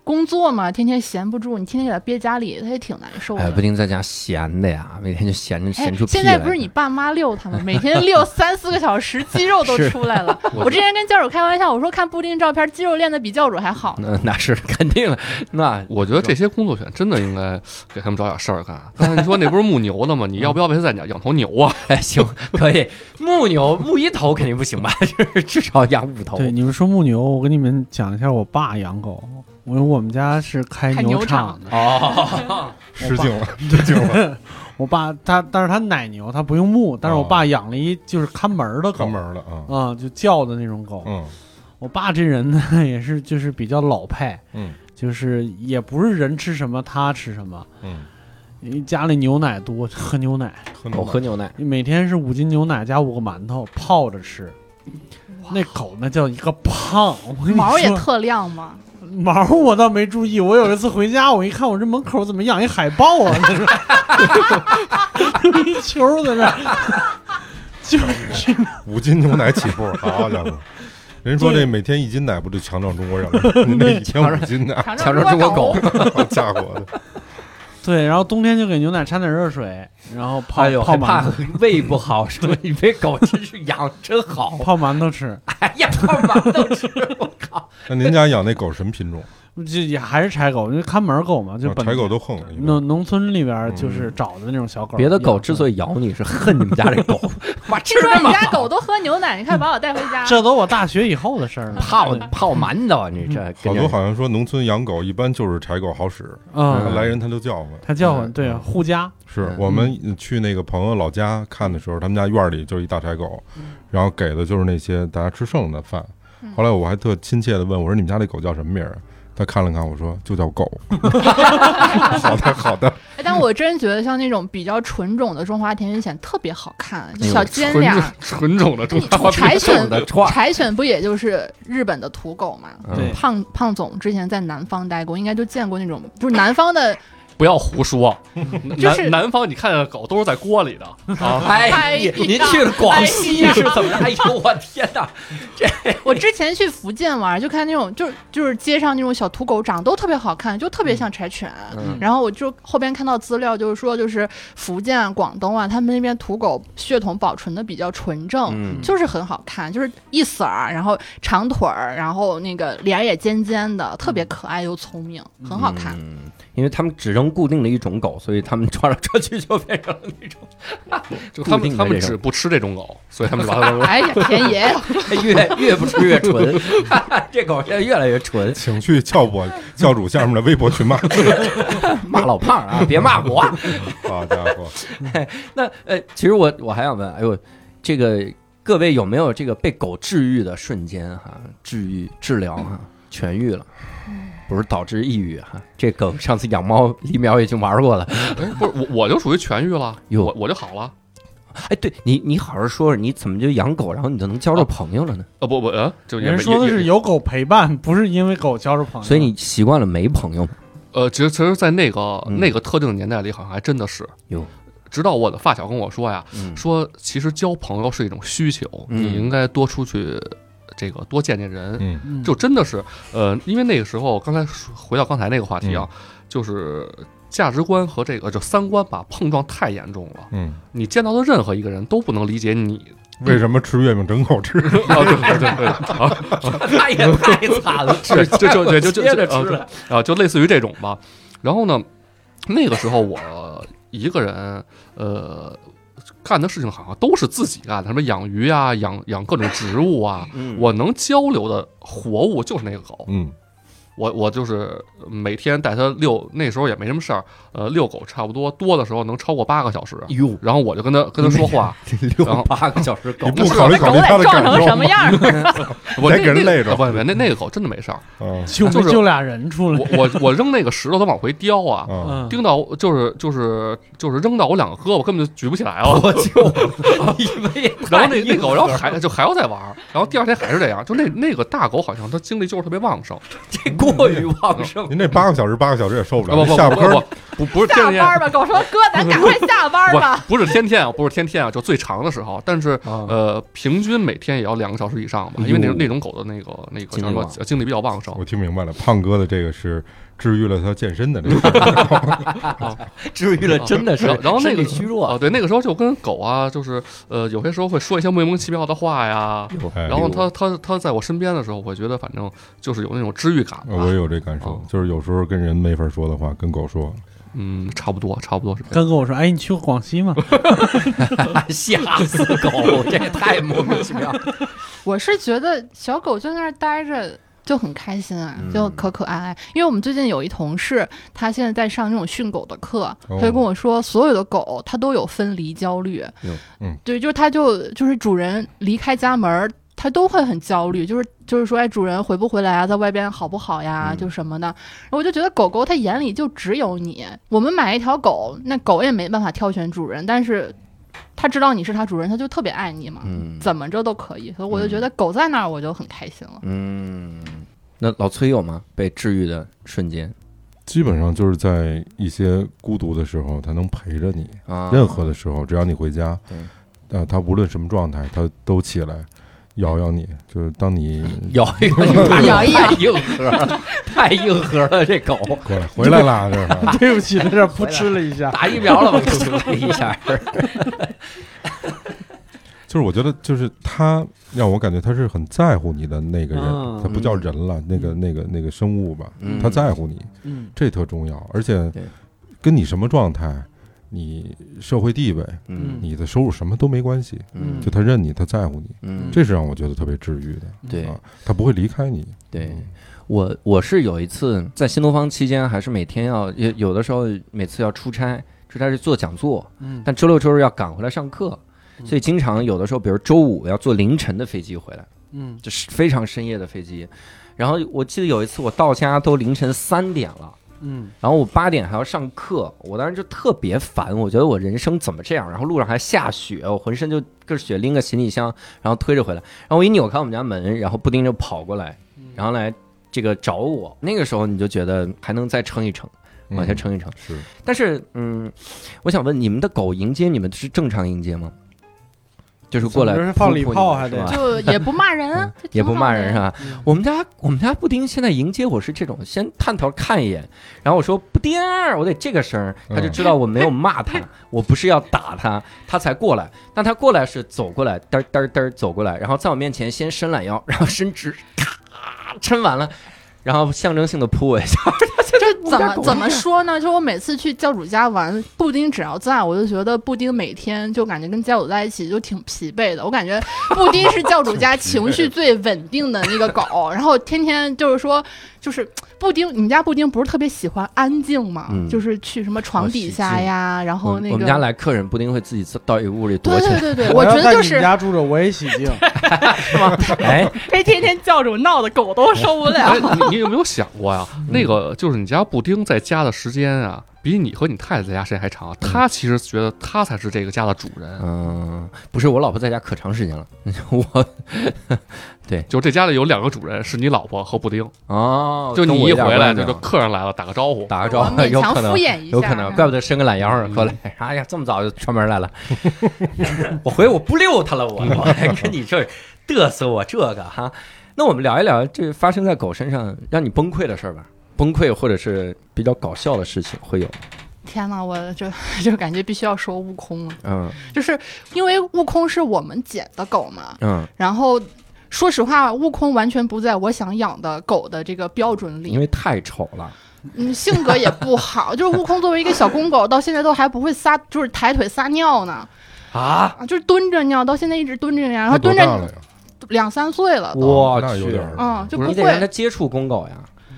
工作嘛，天天闲不住，你天天给它憋家里，它也挺难受的。 哎，不定在家闲的呀，每天就闲出屁来。 现在不是你爸妈遛他们，每天遛3-4个小时，肌肉都出来了。我之前跟教主开玩笑，我说看布丁照片，肌肉练得比教主还好。 那是肯定的。那我觉得这些工作犬真的应该给他们找点事儿干。但是你说那不是牧牛的吗？你要不要为他在家养头牛啊？ 哎，行，可以。牧牛牧1头肯定不行吧？就是至少养5头。 对，你们说牧牛，我跟你们讲一下我爸养狗。我们家是开牛场的哦， 失敬了，失敬了。 我爸但是他奶牛，他不用牧，但是我爸养了一就是看门的狗， 看门的啊， 就叫的那种狗。我爸这人呢也是就是比较老派，就是也不是人吃什么他吃什么，因为家里牛奶多，喝牛奶， 狗喝牛奶， 每天是5斤牛奶加5个馒头泡着吃。那狗那叫一个胖， 毛也特亮吗？ 毛我倒没注意，我有一次回家，我一看我这门口怎么养一海豹啊？一球在那，就是 5斤牛奶起步，好家伙！人说这每天1斤奶不就强壮中国人吗？那1天5斤奶， 强壮中国狗， 好家伙的！ 对，然后冬天就给牛奶掺点热水，然后泡怕胃不好，是吧？你这狗真是养真好， 泡馒头吃。 哎呀，泡馒头吃，我靠！ 那您家养那狗什么品种？ 这也还是柴狗，因为看门狗嘛，就柴狗都横。 农村里边就是找的那种小狗。 别的狗之所以咬你是恨你们家这狗， 听说你家狗都喝牛奶，你看把我带回家。 这都我大学以后的事儿了。 泡馒头，你这好多好像说农村养狗一般就是柴狗好使，来人他就叫唤， 对，护家。 是我们去那个朋友老家看的时候，他们家院里就一大柴狗，然后给的就是那些大家吃剩的饭。后来我还特亲切的问我说：“你们家那狗叫什么名儿？”他看了看我说：“就叫狗。”好的。 但我真觉得像那种比较纯种的中华田园犬特别好看，小尖脸。 纯种的中华柴犬不也就是日本的土狗嘛？ 对， 胖总之前在南方待过，应该就见过那种，不是南方的。 不要胡说， 就是南方你看见的狗都是在锅里的。 哎，您去了广西是怎么着？哎呦，我天哪！ 我之前去福建玩，就看那种就是街上那种小土狗，长得都特别好看，就特别像柴犬。然后我就后边看到资料，就是说就是福建、广东啊，他们那边土狗血统保存的比较纯正，就是很好看，就是一色儿，然后长腿儿，然后那个脸也尖尖的，特别可爱又聪明，很好看。 因为他们只扔固定的一种狗，所以他们穿来穿去就变成了那种。 就他们只不吃这种狗，所以他们把它扔。 哎呀，田爷， 越不吃越纯，这狗现在越来越纯。 请去教主下面的微博群骂， 骂老胖啊，别骂我。 好家伙！ 那其实我还想问，哎呦，这个各位有没有这个被狗治愈的瞬间哈？治疗哈，痊愈了。不是导致抑郁哈，这梗上次养猫李淼已经玩过了。 不是我就属于痊愈了，我就好了。 哎，对你好好说说，你怎么就养狗，然后你就能交着朋友了呢？ 不，就人说的是有狗陪伴，不是因为狗交着朋友。 所以你习惯了没朋友？ 其实，在那个特定的年代里，好像还真的是有。 直到我的发小跟我说呀，说其实交朋友是一种需求，你应该多出去。这个多见见人，就真的是，因为那个时候，刚才回到刚才那个话题啊，就是价值观和这个就三观吧碰撞太严重了。你见到的任何一个人都不能理解你为什么吃月饼整口吃。 对，他也太惨了， 就类似于这种吧。然后呢，那个时候我一个人，干的事情好像都是自己干的，什么养鱼啊，养各种植物啊。我能交流的活物就是那个狗。我就是每天带它遛，那时候也没什么事儿，遛狗差不多多的时候能超过8个小时。哟，然后我就跟他说话， 遛8个小时狗， 你不考虑它的感受什么样？ 我再给人累着。 不，那个狗真的没事儿， 就俩人出来。 我扔那个石头它往回叼啊，叮到就是扔到我2个胳膊根本就举不起来了。 我就以为， 然后那狗，然后还要再玩，然后第2天还是这样。就那个大狗好像它精力就是特别旺盛。 这过于旺盛。 您这8个小时也受不了。 不下班不是天天下班吧？狗说哥，咱赶快下班吧。 不是天天啊，就最长的时候，但是平均每天也要2个小时以上吧，因为那种狗的那个叫什么精力比较旺盛。 我听明白了，胖哥的这个是治愈了他健身的这个， 治愈了真的是。 然后那个虚弱对，那个时候就跟狗啊，就是有些时候会说一些莫名其妙的话呀，然后他在我身边的时候，我觉得反正就是有那种治愈感。 我也有这感受，就是有时候跟人没法说的话，跟狗说。 差不多是跟我说，哎，你去过广西吗？ 吓死狗，这也太莫名其妙。 我是觉得小狗就在那儿待着就很开心啊，就可爱爱。因为我们最近有一同事，他现在在上那种训狗的课，他就跟我说，所有的狗它都有分离焦虑。对，就是它就是主人离开家门，他都会很焦虑，就是说，哎，主人回不回来啊，在外边好不好呀，就什么的。然后我就觉得狗狗它眼里就只有你。我们买一条狗，那狗也没办法挑选主人，但是它知道你是它主人，它就特别爱你嘛，怎么着都可以。所以我就觉得狗在那儿，我就很开心了。 那老崔有吗？被治愈的瞬间？ 基本上就是在一些孤独的时候，它能陪着你。任何的时候，只要你回家，它无论什么状态，它都起来。摇摇你，就是当你摇一摇，太硬核了，太硬核了，这狗过来回来了，这对不起，在这扑哧了一下， 打疫苗了吧？扑哧一下。 就是我觉得，就是他让我感觉他是很在乎你的那个人，他不叫人了，那个生物吧，他在乎你，这特重要，而且跟你什么状态。你社会地位，你的收入什么都没关系，就他认你，他在乎你，这是让我觉得特别治愈的。 对， 他不会离开你。 对，我是有一次在新东方期间，还是每天有的时候每次要出差是做讲座，但周六周日要赶回来上课，所以经常有的时候，比如周五要坐凌晨的飞机回来，就是非常深夜的飞机。然后我记得有一次我到家都凌晨3点了。然后我8点还要上课，我当时就特别烦，我觉得我人生怎么这样？然后路上还下雪，我浑身就跟雪拎个行李箱，然后推着回来。然后我一扭开我们家门，然后布丁就跑过来，然后来这个找我。那个时候你就觉得还能再撑一撑，往下撑一撑。 是， 但是我想问，你们的狗迎接你们是正常迎接吗？就是过来就是放礼炮还得就也不骂人， 也不骂人是吧？我们家布丁现在迎接我是这种，先探头看一眼，然后我说布丁，我得这个声，他就知道我没有骂他，我不是要打他，他才过来。但他过来是走过来，嘚嘚嘚走过来，然后在我面前先伸懒腰，然后伸直，咔抻完了，然后象征性的扑我一下。 这怎么说呢？就我每次去教主家玩，布丁只要在，我就觉得布丁每天就感觉跟教主在一起就挺疲惫的。我感觉布丁是教主家情绪最稳定的那个狗，然后天天就是说，就是布丁，你们家布丁不是特别喜欢安静吗？就是去什么床底下呀，然后那个我们家来客人，布丁会自己到一个屋里躲起来。 对，我觉得就是你家住着我也喜静， 是吗？哎， 这天天教主闹的狗都受不了。 你有没有想过呀？那个就是你家布丁在家的时间啊，比你和你太太在家时间还长。他其实觉得他才是这个家的主人。 不是，我老婆在家可长时间了。我对， 就这家里有2个主人，是你老婆和布丁。就你一回来，就客人来了，打个招呼， 有可能敷衍一下， 有可能，怪不得伸个懒腰过来。哎呀，这么早就串门来了。我回我不溜他了，我还跟你这嘚瑟我这个哈。那我们聊一聊这发生在狗身上让你崩溃的事儿吧，崩溃或者是比较搞笑的事情会有。 天哪，我就感觉必须要说悟空了。就是因为悟空是我们捡的狗嘛。然后说实话，悟空完全不在我想养的狗的这个标准里， 因为太丑了。 性格也不好。就是悟空作为一个小公狗，到现在都还不会撒，就是抬腿撒尿呢。就是蹲着尿，到现在一直蹲着尿，然后蹲着2、3岁了。 我去， 就不会。 你得让他接触公狗呀。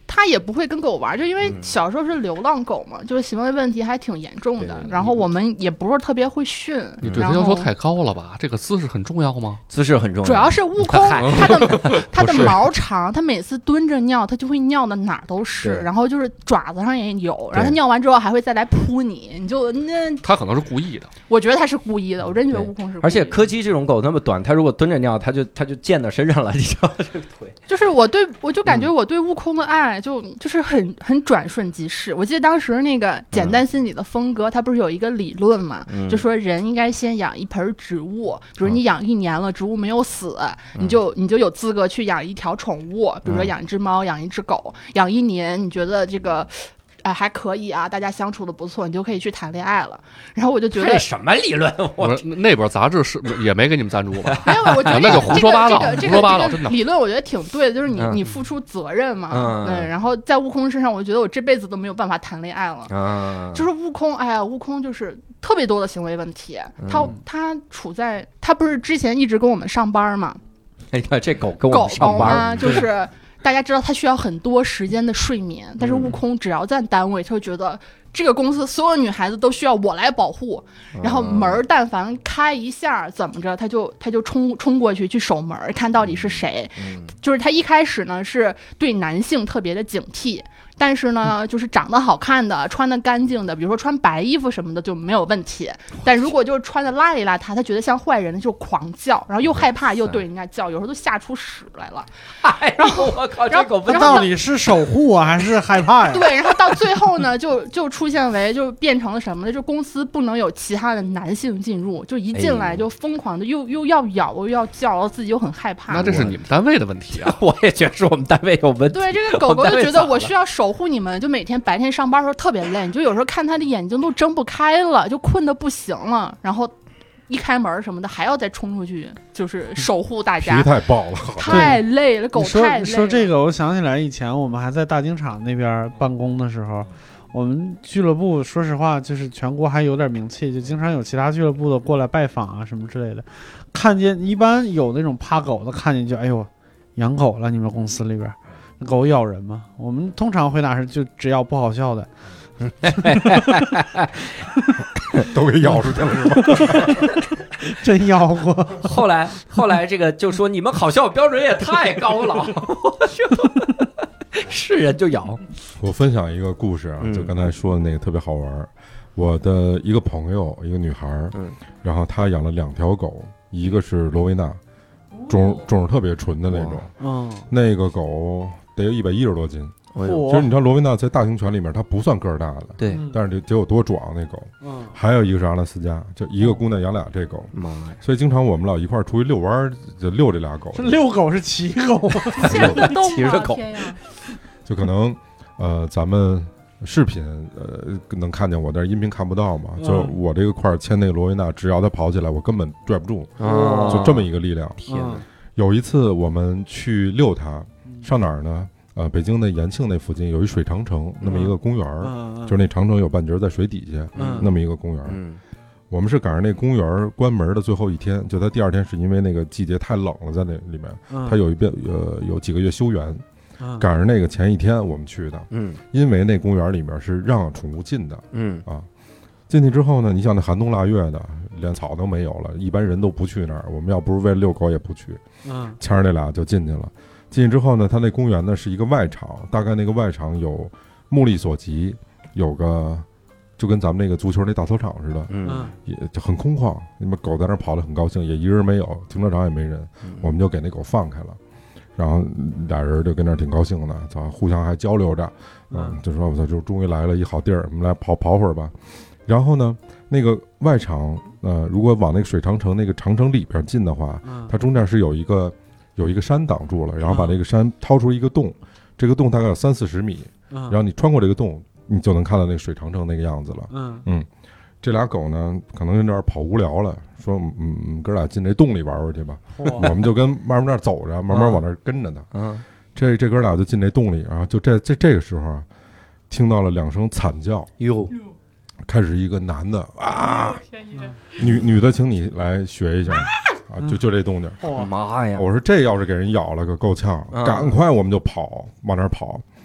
他也不会跟狗玩，就因为小时候是流浪狗嘛，就是行为问题还挺严重的。然后我们也不是特别会训。 你对它要求太高了吧？这个姿势很重要吗？ 姿势很重要。 主要是悟空，它的毛长，它每次蹲着尿，它就会尿的哪儿都是，然后就是爪子上也有，然后它尿完之后还会再来扑你，你就那。 它可能是故意的。 我觉得它是故意的，我真觉得悟空是故意的。 而且柯基这种狗那么短，它如果蹲着尿，它就溅到身上了，你知道这个腿。 就是我就感觉我对悟空的爱就是很转瞬即逝。我记得当时那个简单心理的峰哥，他不是有一个理论嘛，就说人应该先养一盆植物，比如你养1年了，植物没有死，你就有资格去养一条宠物，比如说养一只猫，养一只狗，养1年，你觉得这个。还可以啊，大家相处的不错，你就可以去谈恋爱了。然后我就觉得这什么理论？ 我那本杂志是也没给你们赞助吧？ 没有，我觉得那就胡说八道，胡说八道，真的。 理论我觉得挺对的，就是你付出责任嘛。然后在悟空身上，我觉得我这辈子都没有办法谈恋爱了。就是悟空，哎呀，悟空就是特别多的行为问题。他处在他不是之前一直跟我们上班嘛？ 哎呀，这狗跟我们上班就是。大家知道他需要很多时间的睡眠，但是悟空只要在单位，他就觉得这个公司所有女孩子都需要我来保护，然后门但凡开一下怎么着，他就冲过去守门，看到底是谁。就是他一开始呢是对男性特别的警惕。但是呢，就是长得好看的、穿得干净的，比如说穿白衣服什么的就没有问题。但如果就是穿得邋里邋遢，他觉得像坏人的就狂叫，然后又害怕又对人家叫，有时候都吓出屎来了。然后我靠，这狗到底是守护啊还是害怕呀？ 对，然后到最后呢，就出现为就变成了什么呢？就公司不能有其他的男性进入，就一进来就疯狂的又要咬又要叫，然后自己又很害怕。 那这是你们单位的问题啊！ 我也觉得是我们单位有问题。 对，这个狗狗就觉得我需要守护你们，就每天白天上班的时候特别累，你就有时候看他的眼睛都睁不开了，就困得不行了，然后一开门什么的还要再冲出去，就是守护大家。 脾气太暴了， 太累了，狗太累了。 说这个，我想起来以前我们还在大经厂那边办公的时候，我们俱乐部说实话就是全国还有点名气，就经常有其他俱乐部的过来拜访啊什么之类的。看见一般有那种怕狗的，看见就哎呦，养狗了，你们公司里边。狗咬人吗？我们通常回答是就只要不好笑的， 都给咬出去了是吗？ 真咬过。 后来这个就说你们好笑标准也太高了，是人就咬。 我分享一个故事啊，就刚才说的那个特别好玩。我的一个朋友，一个女孩，然后她养了2条狗，一个是罗威纳，种特别纯的那种，那个狗得有110多斤。其实你知道罗威纳在大型犬里面它不算个儿大的， 对， 但是得有多壮那狗。还有一个是阿拉斯加，就一个姑娘养俩这狗，所以经常我们老一块儿出去遛弯，就遛这俩狗。 遛狗是骑狗， 骑着狗， 就可能咱们视频能看见我，但是音频看不到嘛。就我这个块牵那个罗威纳，只要它跑起来，我根本拽不住，就这么一个力量。 天哪！ 有一次我们去遛它，上哪儿呢？北京的延庆那附近有一水长城，那么一个公园，就是那长城有半截在水底下，那么一个公园。我们是赶上那公园关门的最后一天，就它第2天是因为那个季节太冷了，在那里面，它有几个月休园，赶上那个前一天我们去的，因为那公园里面是让宠物进的，进去之后呢，你想那寒冬腊月的，连草都没有了，一般人都不去那儿，我们要不是为了遛狗也不去，牵着那俩就进去了。进去之后呢，它那公园呢是一个外场，大概那个外场有目力所及，有个就跟咱们那个足球那大操场似的，也就很空旷。那么狗在那跑得很高兴，也一人没有，停车场也没人，我们就给那狗放开了，然后俩人就跟那挺高兴的，互相还交流着，就说我操，就终于来了一好地儿，我们来跑会儿吧。然后呢，那个外场，如果往那个水长城那个长城里边进的话，它中间是有一个山挡住了，然后把这个山掏出一个洞，这个洞大概有30-40米，然后你穿过这个洞，你就能看到那个水长城那个样子了。这俩狗呢，可能有点跑无聊了，说哥俩进这洞里玩玩去吧。我们就跟慢慢那走着，慢慢往那跟着它。这哥俩就进这洞里，然后就这个时候啊，听到了2声惨叫。哟，开始一个男的啊，女的，请你来学一下。就这动静， 妈呀！ 我说这要是给人咬了个够呛，赶快我们就跑，往那儿跑。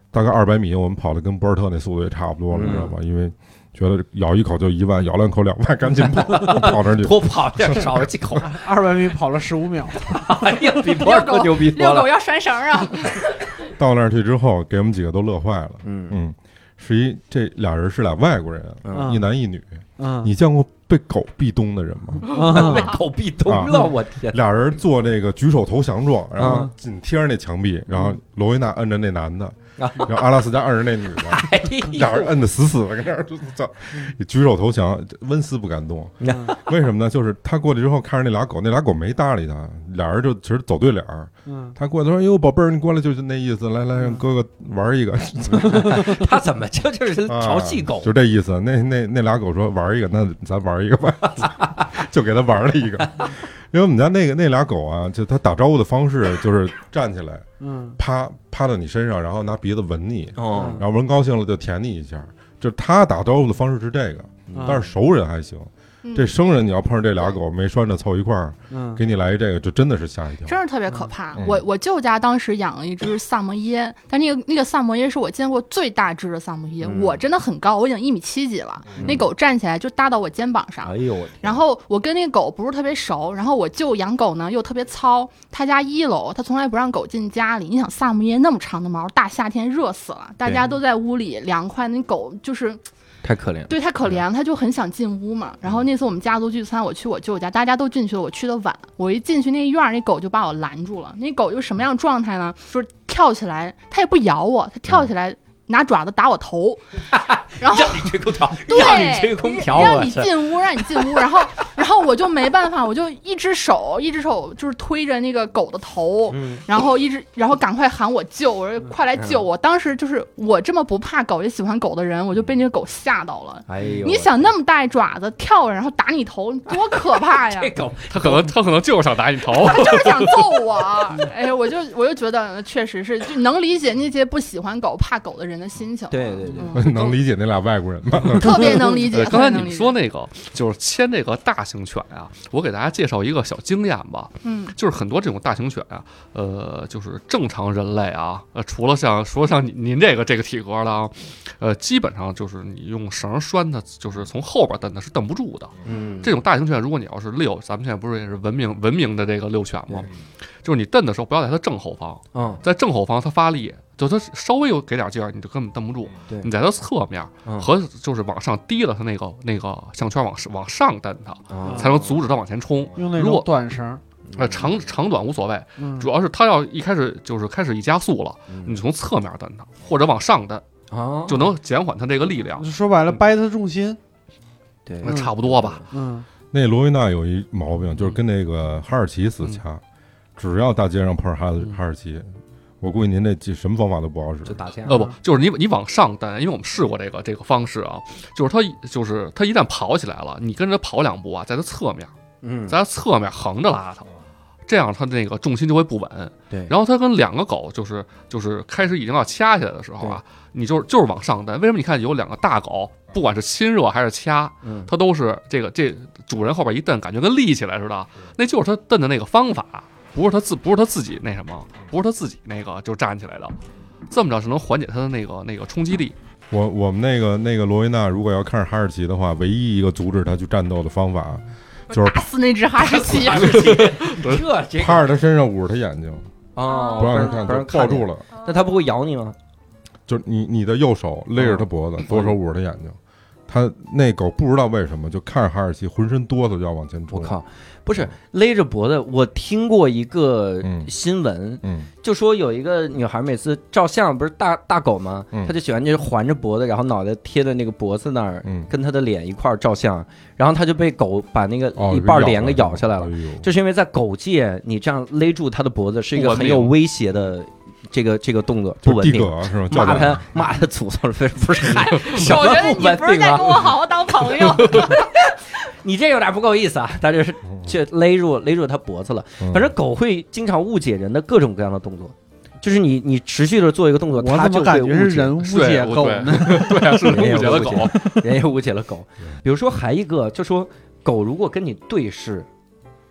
大概200米，我们跑的跟博尔特那速度也差不多了，你知道吧？因为觉得咬一口就1万，咬2口2万，赶紧跑那去， 多跑点，少了几口。 200米跑了15秒， 哎呀，比博尔特牛逼多了。 遛狗要拴绳啊！ 到那儿去之后，给我们几个都乐坏了。这俩人是俩外国人，一男一女。你见过被狗壁咚的人吗？ 被狗壁咚了，我天！ 俩人做这个举手投降状，然后紧贴着那墙壁，然后罗维娜摁着那男的，然后阿拉斯加摁着那女的，俩人摁得死死的，跟那儿举手投降，纹丝不敢动。为什么呢？就是他过去之后看着那俩狗，那俩狗没搭理他，俩人就其实走对脸儿。他过来他说：“哟，宝贝儿，你过来就是那意思，来让哥哥玩一个。” 他怎么就是调戏狗？ 就这意思。那俩狗说玩一个，那咱玩一个吧，就给他玩了一个。因为我们家那俩狗啊，就他打招呼的方式就是站起来，趴到你身上，然后拿鼻子闻你，然后闻高兴了就舔你一下。就他打招呼的方式是这个，但是熟人还行。这生人你要碰上这俩狗没拴着凑一块儿，给你来这个，就真的是吓一跳， 真是特别可怕。我舅家当时养了一只萨摩耶，但那个萨摩耶是我见过最大只的萨摩耶，我真的很高，我已经1.7米几了，那狗站起来就搭到我肩膀上。 哎呦， 然后我跟那个狗不是特别熟，然后我舅养狗呢又特别糙，他家1楼，他从来不让狗进家里。你想萨摩耶那么长的毛，大夏天热死了，大家都在屋里凉快，那狗就是太可怜了， 对，太可怜了，他就很想进屋嘛。然后那次我们家族聚餐，我去我舅家，大家都进去了，我去的晚，我一进去那院儿，那狗就把我拦住了。那狗就什么样状态呢？就是跳起来，它也不咬我，它跳起来拿爪子打我头，然后让你吹空调， 对， 让你吹空调， 让你进屋，让你进屋。然后我就没办法，我就一只手就是推着那个狗的头，然后赶快喊我舅，我说快来救我。当时就是我这么不怕狗也喜欢狗的人，我就被那个狗吓到了。哎呦，你想那么大一爪子跳着然后打你头，多可怕呀！ 这狗他可能就是想打你头， 他就是想揍我。哎，我就觉得确实是，就能理解那些不喜欢狗怕狗的人的心情。 对， 能理解那俩外国人吗？ 特别能理解。 刚才你们说那个就是牵这个大型犬啊，我给大家介绍一个小经验吧。就是很多这种大型犬啊，就是正常人类啊，除了像您这个体格的啊，基本上就是你用绳拴它，就是从后边蹬它是蹬不住的。这种大型犬，如果你要是遛，咱们现在不是也是文明的这个遛犬吗？就是你蹬的时候不要在它正后方，在正后方它发力。就它稍微有给点劲儿，你就根本蹬不住。你在它侧面和就是往上提了它那个项圈往上蹬它，才能阻止它往前冲。 用那种短绳， 长短无所谓，主要是它要一开始一加速了，你从侧面蹬它或者往上蹬，就能减缓它这个力量。 说白了，掰它重心。 对， 那差不多吧。 那罗维娜有一毛病，就是跟那个哈士奇死掐，只要大街上碰上哈士奇。我估计您这什么方法都不好使， 就打架。 不，就是你往上蹬，因为我们试过这个方式啊，就是它一旦跑起来了，你跟着跑2步啊，在它侧面，在它侧面横着拉它，这样它那个重心就会不稳。 对， 然后它跟2个狗就是开始已经要掐起来的时候啊，你就是往上蹬。为什么你看有2个大狗，不管是亲热还是掐，它都是这主人后边一蹬，感觉跟立起来似的，那就是它蹬的那个方法。不是他自己那什么，不是他自己那个就站起来的，这么着是能缓解他的那个冲击力。 我们那个罗维娜如果要看着哈士奇的话，唯一一个阻止他去战斗的方法就是打死那只哈士奇， 趴着他身上捂着他眼睛不让他看，就抱住了。 那他不会咬你吗？ 就是你的右手勒着他脖子，左手捂着他眼睛。他那狗不知道为什么就看着哈士奇浑身哆嗦就要往前冲。 我靠，不是勒着脖子。我听过一个新闻，就说有一个女孩每次照相不是大狗吗？她就喜欢就是环着脖子，然后脑袋贴在那个脖子那儿，跟她的脸一块照相，然后她就被狗把那个一半脸给咬下来了。就是因为在狗界，你这样勒住她的脖子是一个很有威胁的。这个动作不稳定， 是吧？骂他祖宗，不是嗨， 我觉得你不是在跟我好好当朋友。 你这有点不够意思啊！他就是勒住他脖子了。反正狗会经常误解人的各种各样的动作，就是你持续的做一个动作，它就会感觉是人误解狗呢。 对啊，是人误解了狗， 人也误解了狗。比如说还一个，就说狗如果跟你对视，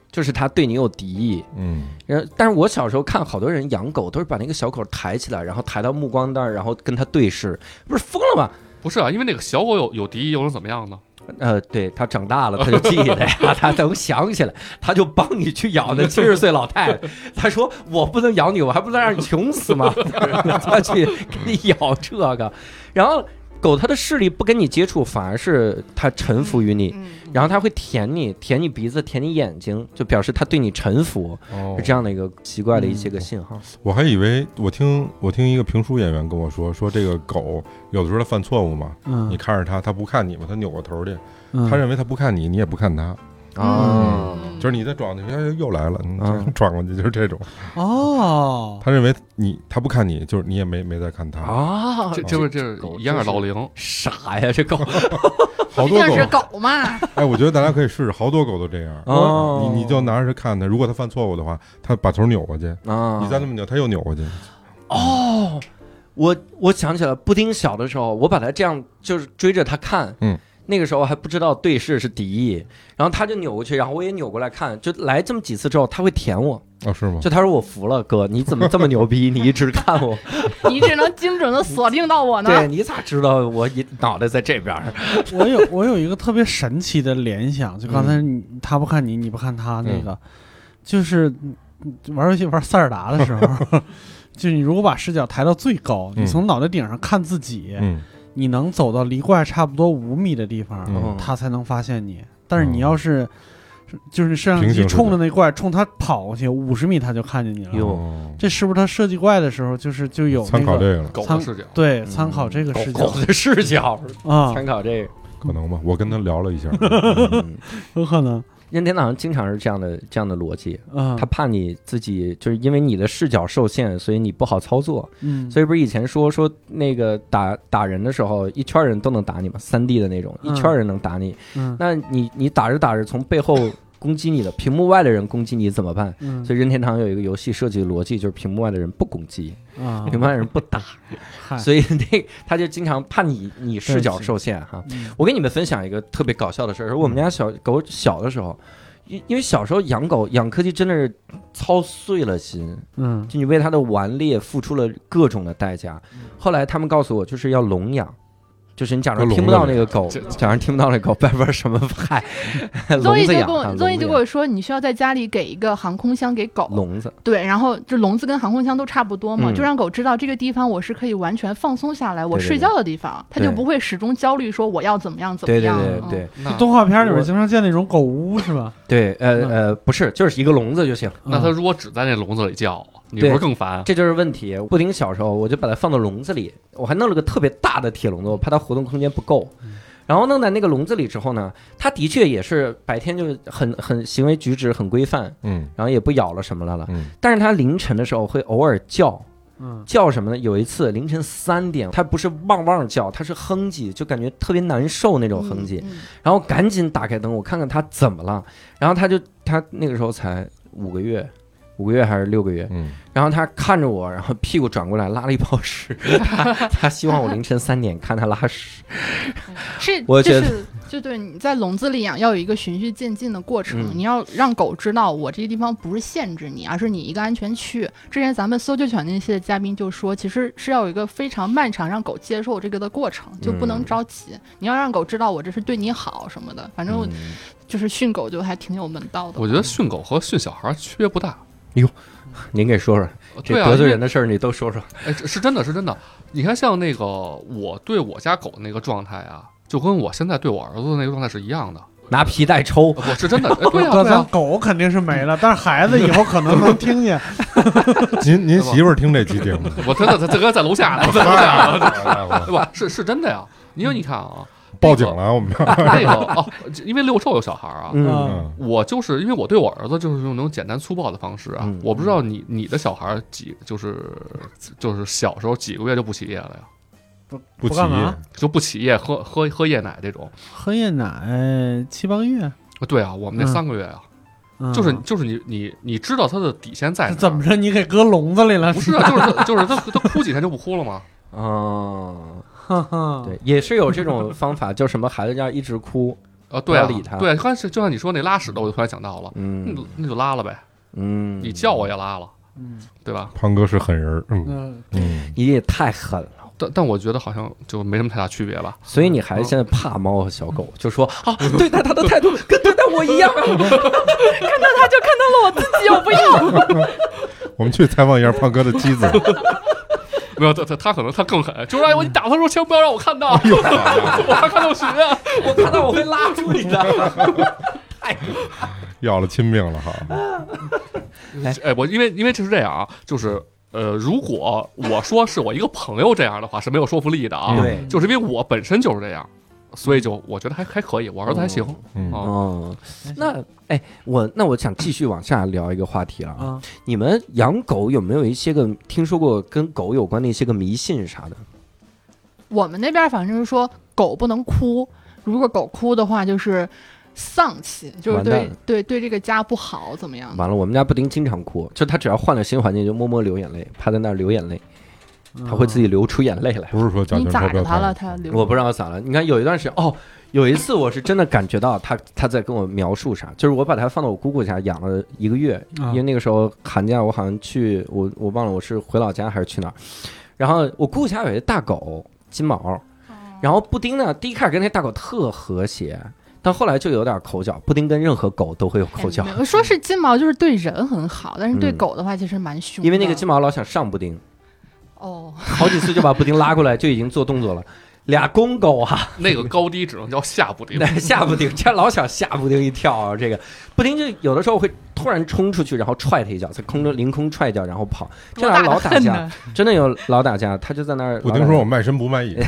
就是它对你有敌意。但是我小时候看好多人养狗都是把那个小狗抬起来，然后抬到目光那儿，然后跟它对视，不是疯了吗？ 不是啊，因为那个小狗有敌意又能怎么样呢？ 对，它长大了，它就记得呀，它能想起来，它就帮你去咬那70岁老太太。他说我不能咬你，我还不能让你穷死吗？他去给你咬这个，然后狗它的视力不跟你接触，反而是它臣服于你，然后它会舔你鼻子，舔你眼睛，就表示它对你臣服，是这样的一个奇怪的一些个信号。 我还以为我听一个评书演员跟我说这个狗有的时候它犯错误嘛，你看着它不看你嘛，它扭过头去，他认为它不看你，你也不看它。就是你在撞那边又来了，撞过去就是这种。他认为他不看你，就是你也没在看他。 这掩耳盗铃， 傻呀这狗。 好多狗是狗嘛。 哎，我觉得大家可以试试，好多狗都这样。你就拿着看它，如果它犯错误的话，它把头扭过去，你再那么扭，它又扭过去。 我想起来，布丁小的时候，我把它这样就是追着它看，那个时候还不知道对视是敌意，然后他就扭过去，然后我也扭过来看，就来这么几次之后，他会舔我。 是吗？ 就他说我服了，哥，你怎么这么牛逼？你一直看我， 你只能精准的锁定到我呢。 对，你咋知道我脑袋在这边？ 我有一个特别神奇的联想，就刚才他不看你，你不看他那个，就是玩游戏玩塞尔达的时候，就你如果把视角抬到最高，你从脑袋顶上看自己。你能走到离怪差不多5米的地方，他才能发现你。但是你要是就是摄像机冲着那怪，冲他跑过去50米，他就看见你了。这是不是他设计怪的时候就有参考这个狗的视角？ 对，参考这个视角。 狗的视角啊，参考这个可能吧？我跟他聊了一下， 有可能。 任天堂经常是这样的逻辑，他怕你自己就是因为你的视角受限，所以你不好操作，所以不是以前说那个打人的时候，一圈人都能打你嘛，3D 的那种，一圈人能打你，那你打着从背后攻击你的屏幕外的人攻击你怎么办？所以任天堂有一个游戏设计的逻辑，就是屏幕外的人不攻击，屏幕外的人不打，所以他就经常怕你视角受限哈。我给你们分享一个特别搞笑的事儿，我们家狗小的时候，因为小时候养狗养柯基真的是操碎了心，就你为它的顽劣付出了各种的代价。后来他们告诉我，就是要笼养。就是你假如听不到那个狗，假如听不到那狗，外边什么害，笼子养。 综艺就跟我说，你需要在家里给一个航空箱给狗。 笼子。 对，然后就笼子跟航空箱都差不多嘛，就让狗知道这个地方我是可以完全放松下来，我睡觉的地方，它就不会始终焦虑说我要怎么样怎么样。 对。 动画片里面经常见那种狗屋是吧？ 对，不是，就是一个笼子就行。 那它如果只在那笼子里叫，你不是更烦？ 这就是问题。布丁小时候我就把它放到笼子里，我还弄了个特别大的铁笼子，我怕它活动空间不够。然后弄在那个笼子里之后呢，它的确也是白天就很行为举止很规范，然后也不咬了什么了，但是它凌晨的时候会偶尔叫，叫什么呢？有一次凌晨3点，它不是汪汪叫，它是哼唧，就感觉特别难受那种哼唧，然后赶紧打开灯，我看看它怎么了，然后它那个时候才5个月还是6个月，然后他看着我，然后屁股转过来拉了一泡屎，他希望我凌晨3点看他拉屎。 是， 我觉得就对，你在笼子里养要有一个循序渐进的过程，你要让狗知道我这个地方不是限制你，而是你一个安全区。之前咱们搜救犬那些嘉宾就说，其实是要有一个非常漫长让狗接受这个的过程，就不能着急。你要让狗知道我这是对你好什么的，反正就是训狗就还挺有门道的。 我觉得训狗和训小孩区别不大。 哟，您给说说，这得罪人的事儿你都说说。 哎，是真的，是真的。你看，像那个我对我家狗那个状态啊，就跟我现在对我儿子那个状态是一样的。 拿皮带抽， 我是真的。对啊， 咱狗肯定是没了，但是孩子以后可能能听见。 您媳妇儿听这期节目？ 我真的，这个在楼下呢，在楼下，对吧？是真的呀。因为你看啊。 报警了，我们那个因为六兽有小孩啊，我就是因为我对我儿子就是用那种简单粗暴的方式啊，我不知道你的小孩就是小时候几个月就不起夜了呀？ 不起夜就不起夜，喝夜奶这种， 喝夜奶7、8个月。 对啊，我们那3个月啊。就是你知道他的底线在哪？ 怎么着？你给搁笼子里了？ 不是啊，就是他哭几天就不哭了吗？ 对，也是有这种方法，叫什么孩子家一直哭， 对啊， 不要理他。 对，刚才就像你说那拉屎的，我就突然想到了，那就拉了呗，你叫我也拉了，对吧？ 胖哥是狠人， 你也太狠了。 但我觉得好像就没什么太大区别吧。 所以你还现在怕猫和小狗，就说啊，对待它的态度跟对待我一样啊，看到它就看到了我自己，我不要。 我们去采访一下胖哥的妻子。 没有，他可能他更狠，就是哎，你打他的时候千万不要让我看到，我怕看到血， 我看到我会拉住你的。太要了亲命了哈！ 哎，我因为就是这样啊，就是如果我说是我一个朋友这样的话，是没有说服力的啊。 对， 就是因为我本身就是这样，所以就我觉得还可以，我儿子还行。 那哎，我想继续往下聊一个话题啊。你们养狗有没有一些个听说过跟狗有关的一些个迷信啥的？ 我们那边反正就是说狗不能哭，如果狗哭的话就是丧气，就是对这个家不好，怎么样？ 完了，我们家布丁经常哭，就他只要换了新环境就默默流眼泪，趴在那儿流眼泪，他会自己流出眼泪来。 不是说你咋着他了？他流？ 我不知道咋了。你看有一段时间有一次我是真的感觉到他在跟我描述啥，就是我把他放到我姑姑家养了1个月，因为那个时候寒假我好像去我忘了我是回老家还是去哪儿，然后我姑姑家有一大狗金毛，然后布丁呢第一开始跟那大狗特和谐。但后来就有点口角，布丁跟任何狗都会有口角。 说是金毛就是对人很好，但是对狗的话其实蛮凶的。 因为那个金毛老想上布丁，好几次就把布丁拉过来，就已经做动作了。俩公狗啊， 那个高低只能叫下布丁， 下布丁，这老想下布丁一跳啊！这个布丁就有的时候会突然冲出去，然后踹他一脚，在空中凌空踹一脚，然后跑，这俩老打架，真的有老打架。他就在那儿。 布丁说：“我卖身不卖艺，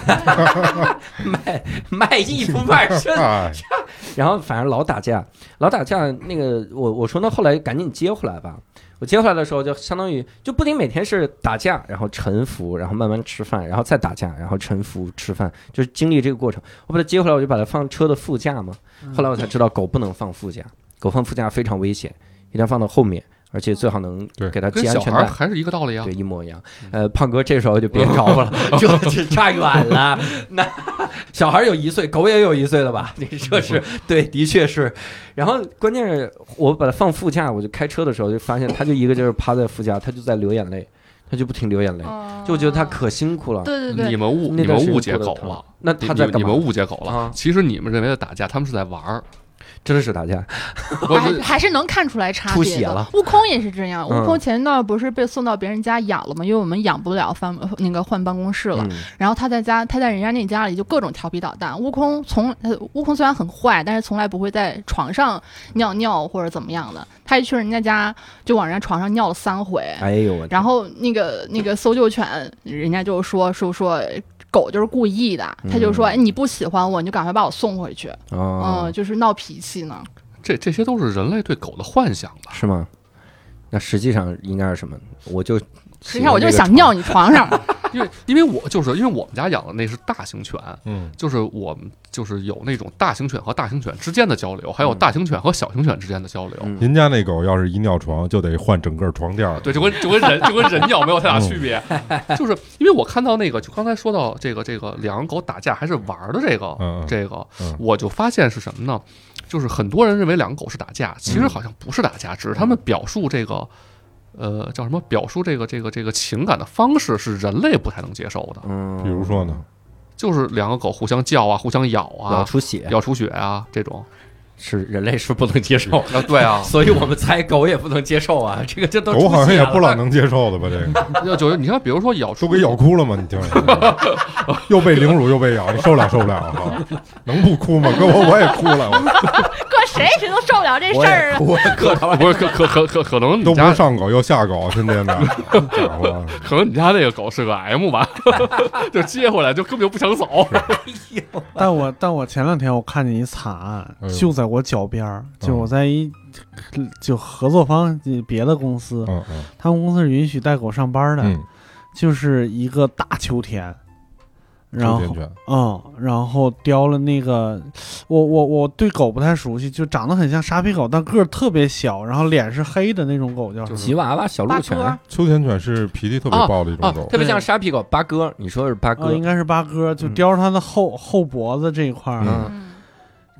卖艺不卖身。”然后反正老打架，那个我说那后来赶紧接回来吧。我接回来的时候，就相当于就布丁每天是打架，然后臣服，然后慢慢吃饭，然后再打架，然后臣服吃饭，就是经历这个过程。我把它接回来，我就把它放车的副驾嘛。后来我才知道狗不能放副驾，狗放副驾非常危险，一定要放到后面，而且最好能给它系安全带。 还是一个道理啊， 对，一模一样。胖哥这时候就别招呼了，就差远了。那小孩有1岁，狗也有1岁了吧？你说是对，的确是。然后关键是我把它放副驾，我就开车的时候就发现，他就一个劲儿趴在副驾，他就在流眼泪，他就不停流眼泪，就我觉得他可辛苦了。 对， 你们误解狗了。 那他在干嘛？ 你们误解狗了。其实你们认为的打架，他们是在玩儿。真的是打架， 还是能看出来差别的。 出血了。 悟空也是这样，悟空前段不是被送到别人家养了吗？因为我们养不了换办公室了，然后他在人家那家里就各种调皮捣蛋。悟空虽然很坏，但是从来不会在床上尿尿或者怎么样的。他一去人家家就往人家床上尿了3回。 哎呦！然后那个搜救犬，人家就说。狗就是故意的，他就说：“哎，你不喜欢我，你就赶快把我送回去。”就是闹脾气呢。 这些都是人类对狗的幻想吧？ 是吗？那实际上应该是什么？ 实际上我就想尿你床上。 因为我们家养的那是大型犬，就是我们就是有那种大型犬和大型犬之间的交流，还有大型犬和小型犬之间的交流。 您家那狗要是一尿床，就得换整个床垫儿。 对，就跟人尿没有太大区别。就是因为我看到那个，就刚才说到这个两个狗打架还是玩的这个，我就发现是什么呢？就是很多人认为两个狗是打架，其实好像不是打架，只是他们表述这个。叫什么？表述这个情感的方式是人类不太能接受的。 比如说呢， 就是两个狗互相叫啊，互相咬啊， 要出血啊， 这种。 是人类是不能接受对啊， 所以我们猜狗也不能接受啊。这都狗好像也不老能接受的吧？这个就是你看，比如说咬都给咬哭了吗？你听，又被凌辱又被咬，你受不了哈？能不哭吗？搁我也哭了。 搁谁都受不了这事儿啊！ 可能你都不是上狗又下狗，天天的。 可能你家那个狗是个 M 吧，就接回来就根本就不想走。 但我前2天我看见一惨案，就在我脚边儿，就我在就合作方别的公司，他们公司是允许带狗上班的，就是一个大秋田，然后叼了那个，我对狗不太熟悉，就长得很像沙皮狗，但个儿特别小，然后脸是黑的那种狗，叫吉娃娃小鹿犬。 秋田犬是脾气特别暴的一种狗， 特别像沙皮狗。八哥，你说的是八哥？ 应该是八哥，就叼着它的后脖子这一块儿。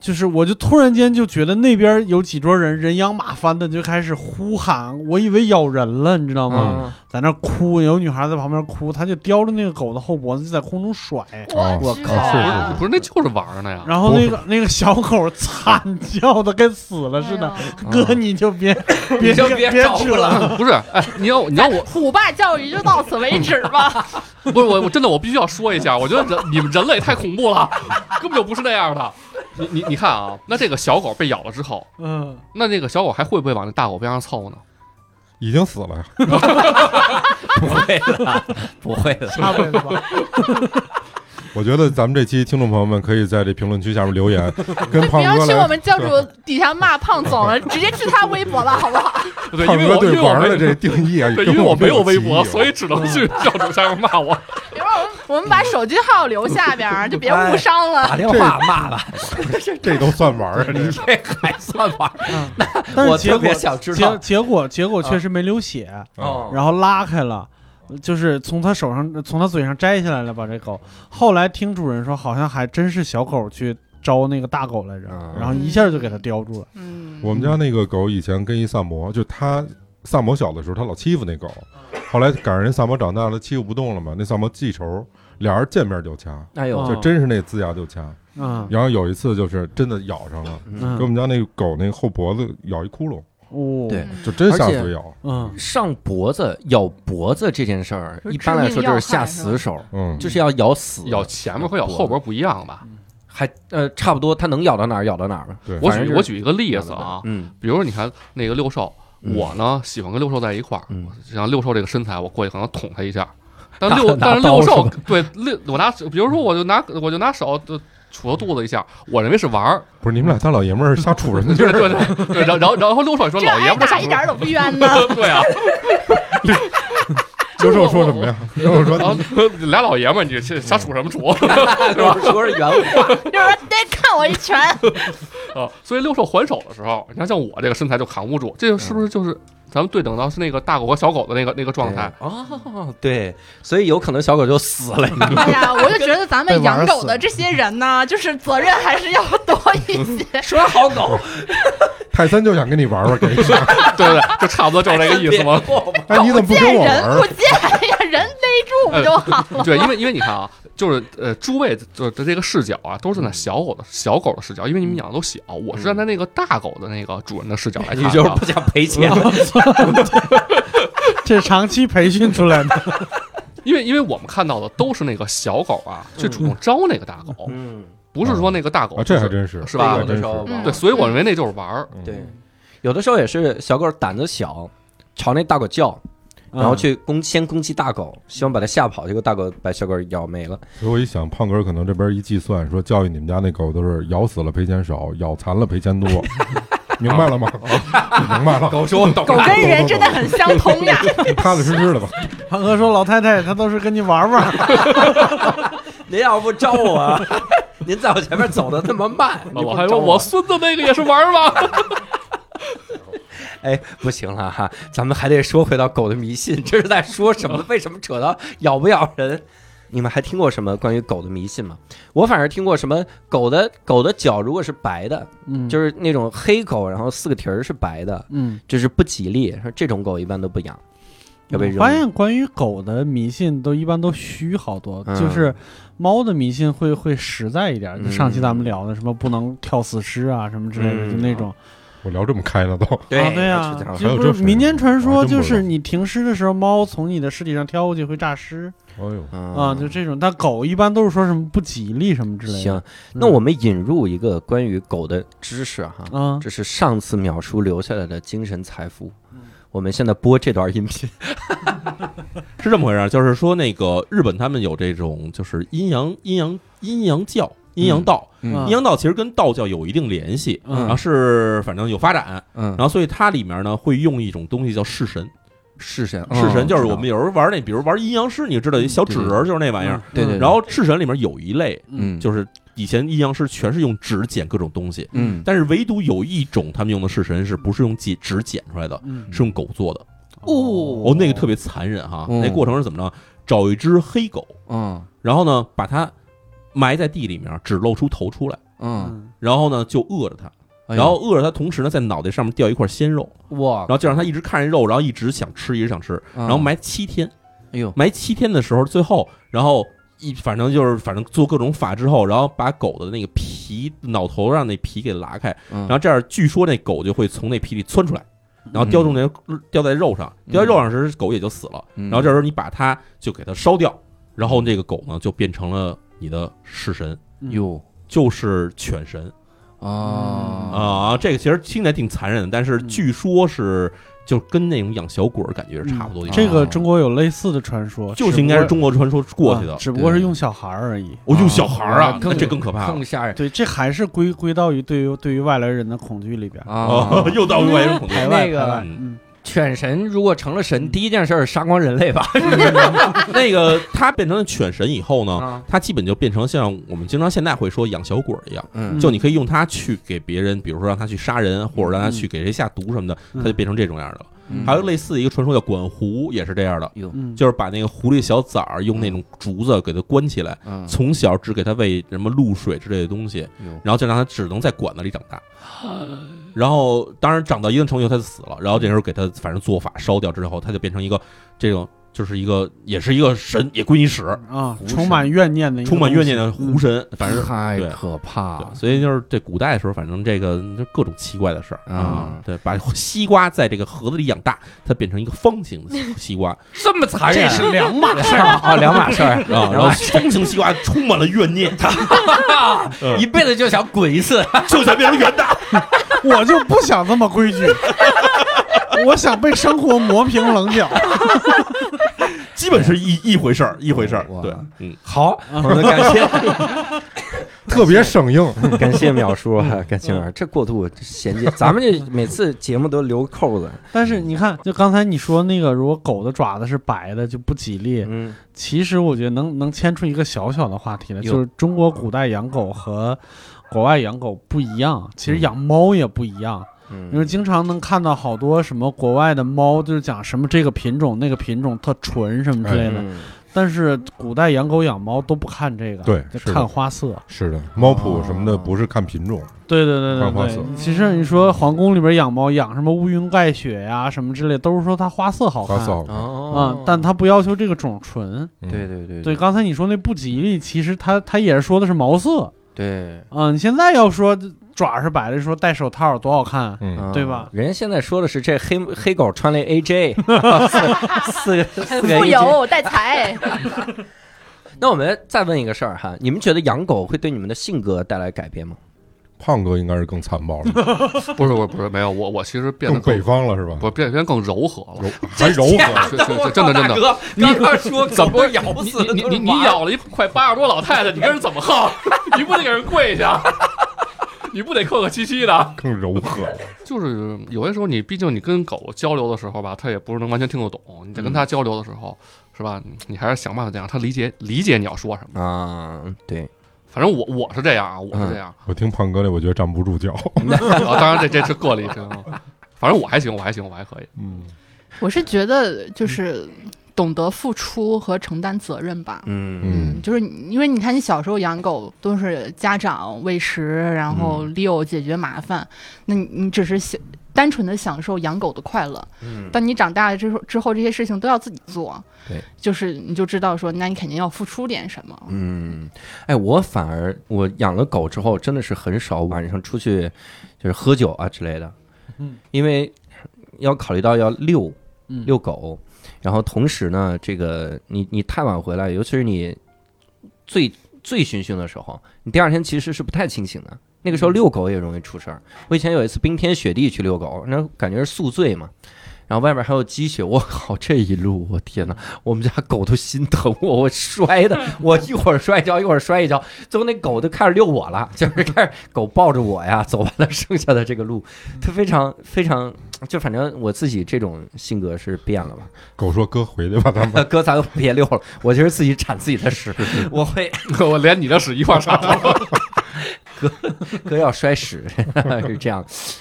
就是我就突然间就觉得那边有几桌人仰马翻的就开始呼喊，我以为咬人了，你知道吗？在那哭，有女孩在旁边哭，他就叼着那个狗的后脖子就在空中甩。 我靠！ 不是，那就是玩呢呀。 然后那个小狗惨叫的跟死了似的，哥你就别指了。 不是，哎，你要我虎爸教育就到此为止吧。 不是我真的我必须要说一下，我觉得你们人类太恐怖了，根本就不是那样的。你看啊，那这个小狗被咬了之后，那这个小狗还会不会往那大狗边上凑呢？ 已经死了呀。 不会了，不会了， 差不多吧。 我觉得咱们这期听众朋友们可以在这评论区下面留言，跟胖哥不要去我们教主底下骂胖总了，直接去他微博了，好不好？ 对， 胖哥对玩的这定义啊， 对，因为我没有微博，所以只能去教主下面骂我。 一会儿我们把手机号留下边，就别误伤了。 打电话骂了， 这都算玩啊？ 你这还算玩？ 但是特别想知道结果确实没流血，然后拉开了。就是从他嘴上摘下来了，把这狗。后来听主人说，好像还真是小狗去招那个大狗来着，然后一下就给它叼住了。 我们家那个狗以前跟一萨摩，就萨摩小的时候，他老欺负那狗，后来赶上人萨摩长大了，欺负不动了嘛，那萨摩记仇，俩人见面就掐， 哎呦， 就真是那龇牙就掐。然后有一次就是真的咬上了，给我们家那个狗那个后脖子咬一窟窿。 对， 就真下嘴咬。 上脖子咬脖子这件事儿，一般来说就是下死手，就是要咬死。 咬前面和咬后边不一样吧？ 还差不多，它能咬到哪儿咬到哪儿吧。 我举一个例子啊，比如你看那个六兽，我呢喜欢跟六兽在一块儿，像六兽这个身材，我过去可能捅他一下，但是六兽对我拿，比如说我就拿手杵他肚子一下，我认为是玩儿。 不是你们俩大老爷们儿瞎杵人家劲儿。 对，然后六兽说老爷们儿打一点都不冤呢。 对啊。 六兽说什么呀？六兽说俩老爷们儿，你瞎杵什么杵？ 是吧？说是原话， 就是说得看我一拳。 所以六兽还手的时候，你看像我这个身材就扛不住，这是不是就是咱们对等到是那个大狗和小狗的那个状态？ 对，所以有可能小狗就死了。 哎呀，我就觉得咱们养狗的这些人呢，就是责任还是要多一些。 说好狗， 泰森就想跟你玩玩，给你说， 对不对？就差不多就是这个意思吗？ 哎，你怎么不跟我玩？ 不见呀，人勒住不就好了？ 对，因为你看啊，就是诸位就是这个视角啊，都是那小狗的视角，因为你们养的都小，我是站在那个大狗的那个主人的视角来看。 你就是不想赔钱。 这长期培训出来的。 因为我们看到的都是那个小狗啊，去主动招那个大狗，不是说那个大狗， 这还真是吧？ 有的时候， 对，所以我认为那就是玩儿。 对，有的时候也是小狗胆子小，朝那大狗叫，然后去先攻击大狗，希望把它吓跑，结果大狗把小狗咬没了。 所以我一想，胖哥可能这边一计算，说教育你们家那狗都是咬死了赔钱少，咬残了赔钱多。明白了吗？明白了。 狗说狗跟人真的很相通呀。 踏踏实实的吧。 胖哥说：“老太太，他都是跟你玩玩。 您要不招我，您在我前面走的那么慢， 我还说我孙子那个也是玩吗？” 哎，不行了哈，咱们还得说回到狗的迷信，这是在说什么？为什么扯到咬不咬人？你们还听过什么关于狗的迷信吗？我反而听过什么狗的脚如果是白的，就是那种黑狗，然后4个蹄儿是白的，就是不吉利，说这种狗一般都不养。 我发现关于狗的迷信一般都虚好多，就是猫的迷信会实在一点。就上期咱们聊的什么不能跳死尸啊什么之类的，就那种。 我聊这么开了都。 对呀，就不是民间传说，就是你停尸的时候，猫从你的尸体上跳过去会诈尸。就这种。但狗一般都是说什么不吉利什么之类的。 行，那我们引入一个关于狗的知识哈，这是上次淼叔留下来的精神财富。我们现在播这段音频。 是这么回事，就是说那个日本他们有这种就是阴阳教。阴阳道，阴阳道其实跟道教有一定联系，然后是反正有发展，然后所以它里面呢会用一种东西叫式神，式神就是我们有时候玩那，比如玩阴阳师，你知道小纸人就是那玩意儿， 对。 然后式神里面有一类，就是以前阴阳师全是用纸剪各种东西，但是唯独有一种他们用的式神是不是用纸剪出来的，是用狗做的。那个特别残忍哈，那过程是怎么着？找一只黑狗，然后呢把它埋在地里面，只露出头出来， 然后呢就饿着它。然后饿着它，同时呢，在脑袋上面掉一块鲜肉， 哇！ 然后就让它一直看着肉，然后一直想吃，然后埋7天，埋7天的时候，最后，然后反正做各种法之后，然后把狗的那个皮脑头上那皮给拉开，然后这样据说那狗就会从那皮里窜出来，然后掉在肉上，掉在肉上时狗也就死了，然后这时候你把它就给它烧掉，然后这个狗呢就变成了你的式神，就是犬神。这个其实听起来挺残忍的，但是据说是就跟那种养小鬼感觉是差不多的。 这个中国有类似的传说， 就是应该是中国传说过去的， 只不过是用小孩而已。 用小孩啊，那这更可怕， 更吓人。 对，这还是归到于对于外来人的恐惧里边又到外来人恐惧。 那个犬神如果成了神，第一件事是杀光人类吧？ 那个他变成了犬神以后呢，他基本就变成像我们经常现在会说养小鬼一样，就你可以用它去给别人，比如说让他去杀人，或者让他去给谁下毒什么的，他就变成这种样的了。还有类似的一个传说叫管狐，也是这样的，就是把那个狐狸小崽儿用那种竹子给它关起来，从小只给它喂什么露水之类的东西，然后就让它只能在管子里长大。然后当然长到一定程度它就死了，然后这时候给它反正做法烧掉之后，它就变成一个这种就是一个也是一个神，也归你使啊，充满怨念的狐神，反正太可怕了。 所以就是这古代的时候，反正这个就各种奇怪的事儿啊。对，把西瓜在这个盒子里养大，它变成一个方形的西瓜， 这么残忍， 这是两码事啊， 两码事啊。 然后方形西瓜充满了怨念， 一辈子就想滚一次， 就想变成圆的。 我就不想这么规矩，我想被生活磨平棱角。 基本是一回事儿，对， 好，感谢， 特别生硬， 感谢淼叔，感谢这过度衔接，咱们这每次节目都留扣子。 但是你看，就刚才你说那个，如果狗的爪子是白的就不吉利，其实我觉得能牵出一个小小的话题来，就是中国古代养狗和国外养狗不一样，其实养猫也不一样。因为经常能看到好多什么国外的猫，就是讲什么这个品种那个品种特纯什么之类的，但是古代养狗养猫都不看这个， 对， 就看花色。 是的，猫谱什么的不是看品种， 对，看花色。其实你说皇宫里边养猫，养什么乌云盖雪呀什么之类，都是说它花色好看，但它不要求这个种纯。对，刚才你说那不吉利，其实它也是说的是毛色。 对， 你现在要说爪是白的，说戴手套多好看，对吧？ 人家现在说的是这黑狗穿了 AJ， 四个很富有带财。 那我们再问一个事儿哈，你们觉得养狗会对你们的性格带来改变吗？ 胖哥应该是更残暴了， 不是，没有，我其实变得更北方了是吧？ 不变更柔和了， 还柔和， 真的。 你刚说怎么咬死你咬了一快80多老太太，你跟人怎么耗？你不得给人跪下？你不得客客气气的？ 更柔和， 就是有些时候毕竟你跟狗交流的时候吧，它也不是能完全听得懂。你在跟它交流的时候，是吧？你还是想办法让它理解你要说什么啊？对。 反正我是这样啊，我是这样。 我听胖哥的，我觉得站不住脚。 当然这是个例，反正我还行，我还可以。 我是觉得就是懂得付出和承担责任吧。就是因为你看，你小时候养狗都是家长喂食，然后遛解决麻烦，那你只是单纯的享受养狗的快乐。但你长大了之后，这些事情都要自己做。 对， 就是你就知道说，那你肯定要付出点什么。 我反而我养了狗之后，真的是很少晚上出去就是喝酒啊之类的。因为要考虑到要遛狗，然后同时呢，这个你太晚回来，尤其是你醉醺醺的时候，你第二天其实是不太清醒的。那个时候遛狗也容易出事儿。我以前有一次冰天雪地去遛狗，那感觉是宿醉嘛，然后外面还有积雪，我靠，这一路我天哪，我们家狗都心疼我摔的，我一会儿摔一跤，一会儿摔一跤，最后那狗都开始遛我了，就是开始狗抱着我呀，走完了剩下的这个路，它非常非常，就反正我自己这种性格是变了吧。 狗说哥回去吧，咱们哥咱别遛了，我就是自己铲自己的屎， 我连你的屎一块铲了。 哥要摔屎是这样，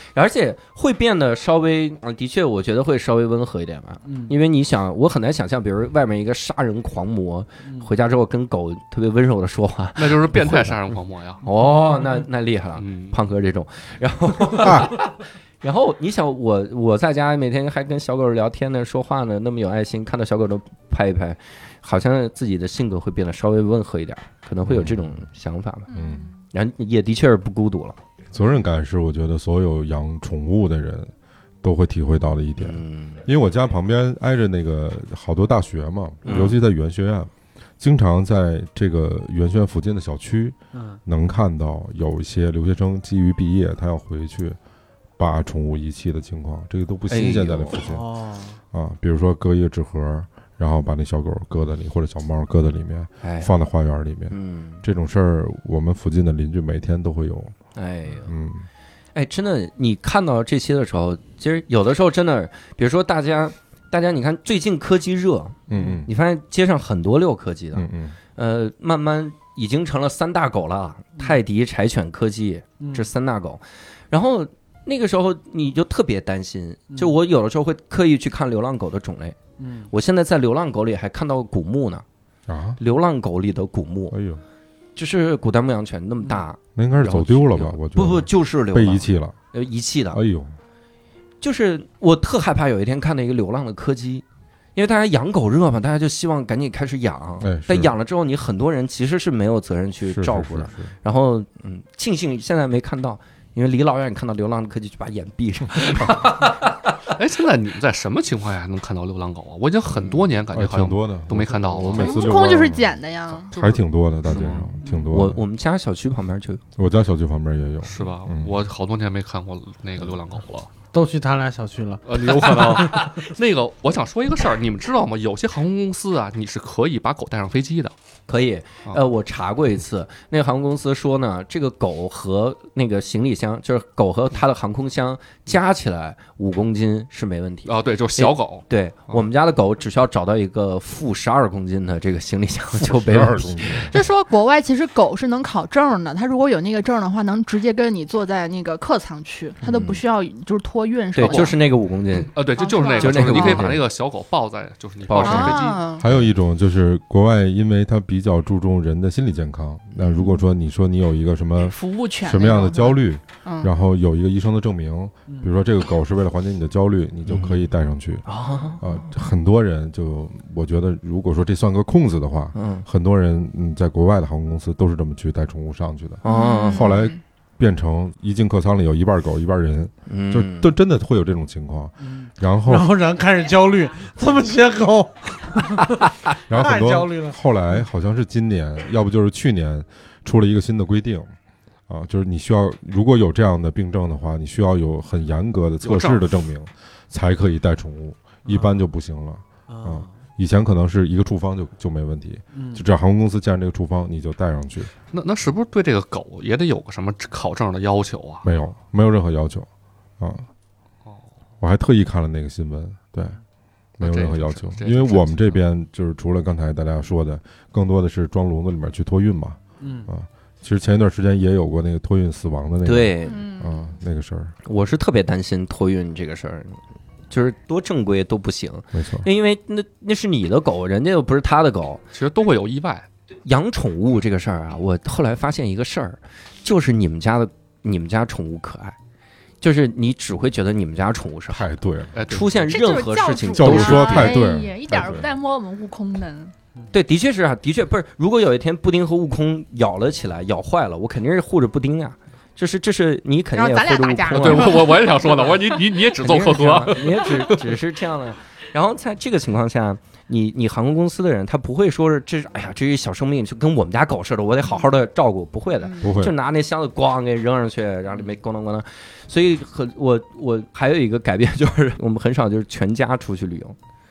而且会变得稍微，的确，我觉得会稍微温和一点吧。因为你想，我很难想象，比如外面一个杀人狂魔，回家之后跟狗特别温柔的说话， 那就是变态杀人狂魔呀。 哦，那厉害了，胖哥这种，然后。然后你想我在家每天还跟小狗聊天呢，说话呢，那么有爱心，看到小狗都拍一拍，好像自己的性格会变得稍微温和一点，可能会有这种想法吧。然后也的确是不孤独了。 责任感是我觉得所有养宠物的人都会体会到的一点。因为我家旁边挨着那个好多大学嘛，尤其在语言学院，经常在这个语言学院附近的小区，能看到有一些留学生基于毕业，他要回去。把宠物遗弃的情况，这个都不新鲜在那附近比如说搁一个纸盒，然后把那小狗搁在里，或者小猫搁在里面，放在花园里面。这种事儿我们附近的邻居每天都会有。 真的，你看到这些的时候，其实有的时候真的，比如说大家你看最近柯基热，你发现街上很多遛柯基的，慢慢已经成了3大狗了，泰迪、柴犬、柯基，这3大狗，然后。那个时候你就特别担心，就我有的时候会刻意去看流浪狗的种类。我现在在流浪狗里还看到古牧呢。流浪狗里的古牧，哎呦，就是古代牧羊犬那么大， 那应该是走丢了吧？我觉得不，就是流浪被遗弃了， 遗弃的。 哎呦， 就是我特害怕有一天看到一个流浪的柯基，因为大家养狗热嘛，大家就希望赶紧开始养。但养了之后，你很多人其实是没有责任去照顾的。然后庆幸现在没看到。因为离老远看到流浪的柯基就把眼闭上。 现在你们在什么情况下能看到流浪狗啊？我已经很多年感觉好像挺多的都没看到。 我每次悟空就是捡的呀， 还挺多的，大街上挺多的。 我们家小区旁边就有， 我家小区旁边也有， 是吧？我好多年没看过那个流浪狗了。 都去他俩小区了， 有可能。那个，我想说一个事儿，你们知道吗？有些航空公司啊，你是可以把狗带上飞机的。 可以，我查过一次，那个航空公司说呢，这个狗和那个行李箱，就是狗和它的航空箱加起来5公斤是没问题。 对，就是小狗。 对，我们家的狗只需要找到一个负12公斤的这个行李箱就没问题。 就说国外其实狗是能考证的，它如果有那个证的话，能直接跟你坐在那个客舱区，它都不需要就是托运。 对，就是那个5公斤。 对，就是那个，就是你可以把那个小狗抱在，就是你抱上飞机。 还有一种就是国外，因为它比较注重人的心理健康。那如果说你有一个什么服务犬什么样的焦虑，然后有一个医生的证明，比如说这个狗是为了缓解你的焦虑，你就可以带上去。很多人我觉得如果说这算个空子的话，很多人在国外的航空公司都是这么去带宠物上去的。后来变成一进客舱里有一半狗一半人，就都真的会有这种情况。然后人开始焦虑，这么些狗， 然后很多后来好像是今年，要不就是去年出了一个新的规定就是你需要如果有这样的病症的话，你需要有很严格的测试的证明才可以带宠物，一般就不行了以前可能是一个处方就没问题，就只要航空公司建这个处方，你就带上去。 那是不是对这个狗也得有个什么考证的要求啊？ 没有任何要求我还特意看了那个新闻，对，没有任何要求，因为我们这边就是除了刚才大家说的，更多的是装笼子里面去托运嘛，其实前一段时间也有过那个托运死亡的那个， 对， 那个事儿， 我是特别担心托运这个事儿。就是多正规都不行， 没错， 因为那是你的狗，人家又不是他的狗， 其实都会有意外。 养宠物这个事儿啊，我后来发现一个事儿，就是你们家宠物可爱，就是你只会觉得你们家宠物是太对了， 出现任何事情教主说太对了， 一点不带摸我们悟空的。 对，的确是啊，的确不是。如果有一天布丁和悟空咬了起来，咬坏了，我肯定是护着布丁啊。这是你肯定也护着悟空。 对，我也想说的，我说你也只做呵呵， 你也只是这样的。然后在这个情况下，你航空公司的人他不会说是这是一小生命，就跟我们家狗似的，我得好好的照顾，不会的， 不会， 就拿那箱子咣给扔上去，然后里面咣当咣当。所以我还有一个改变就是我们很少就是全家出去旅游。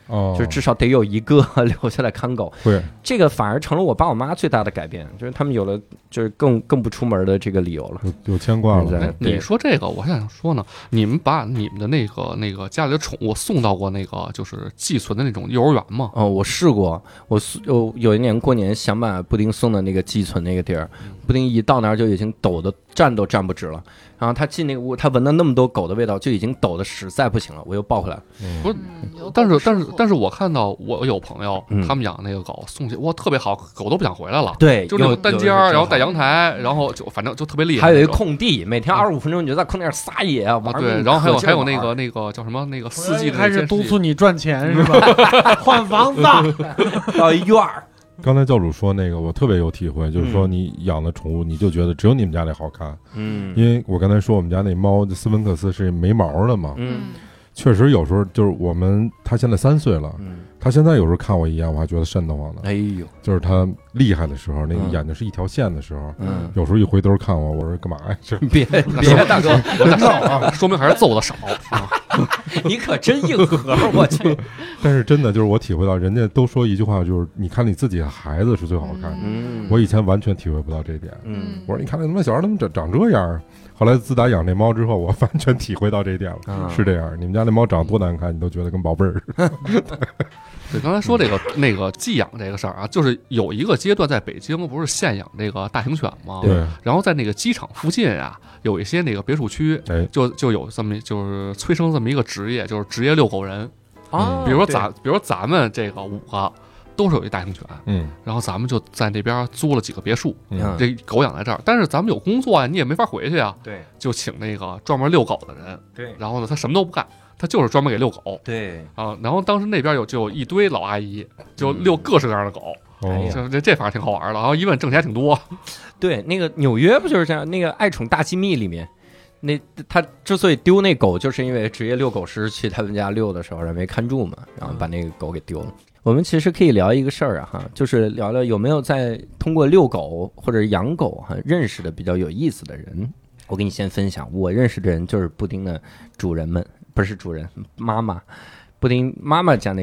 就是至少得有一个留下来看狗。 对， 这个反而成了我爸我妈最大的改变，就是他们有了就是更不出门的这个理由了， 有牵挂了。 你说这个，我想说呢，你们把你们的那个家里的宠物送到过那个就是寄存的那种幼儿园吗？ 哦，我试过，我有一年过年想把布丁送到那个寄存那个地儿，布丁一到那儿就已经抖的站都站不直了。然后他进那个屋，他闻到那么多狗的味道，就已经抖的实在不行了，我又抱回来了。 不是，但是我看到我有朋友他们养那个狗送去，哇，特别好，狗都不想回来了。 对， 就那种单间，然后带阳台，然后就反正就特别厉害。 还有一空地，每天25分钟你就在空地上撒野啊玩。 对，然后还有那个叫什么那个四季的开始督促你赚钱是吧？换房子， 到一院儿。 刚才教主说那个，我特别有体会，就是说你养的宠物，你就觉得只有你们家那好看，因为我刚才说我们家那猫斯芬克斯是没毛的嘛，确实有时候就是它现在3岁了，它现在有时候看我一眼，我还觉得瘆得慌呢。 哎呦， 就是它厉害的时候，那个眼睛是一条线的时候，有时候一回头看我说干嘛呀？ 别大哥， 我闹啊，说明还是揍的少啊。 你可真硬核，我去！ 但是真的就是我体会到，人家都说一句话，就是你看你自己的孩子是最好看的。我以前完全体会不到这点。我说你看那他妈小孩怎么长这样？后来自打养这猫之后，我完全体会到这一点了。是这样，你们家那猫长多难看，你都觉得跟宝贝儿似的。 对，刚才说那个寄养这个事儿啊，就是有一个阶段在北京不是限养这个大型犬吗？ 对。然后在那个机场附近啊，有一些那个别墅区，就有这么就是催生这么一个职业，就是职业遛狗人啊。 比如咱们这个5个都是有一大型犬，然后咱们就在那边租了几个别墅，这狗养在这儿，但是咱们有工作啊，你也没法回去啊， 对， 就请那个专门遛狗的人， 对， 然后呢，他什么都不干。他就是专门给遛狗， 对啊，然后当时那边就有一堆老阿姨，就遛各式各样的狗，这反正挺好玩的。然后一问挣钱挺多， 对，那个纽约不就是这样？那个《爱宠大机密》里面，他之所以丢那狗，就是因为职业遛狗师去他们家遛的时候没看住嘛，然后把那个狗给丢了。我们其实可以聊一个事儿啊，就是聊聊有没有在通过遛狗或者养狗认识的比较有意思的人。我给你先分享，我认识的人就是布丁的主人们。不是主人，妈妈，布丁妈妈家那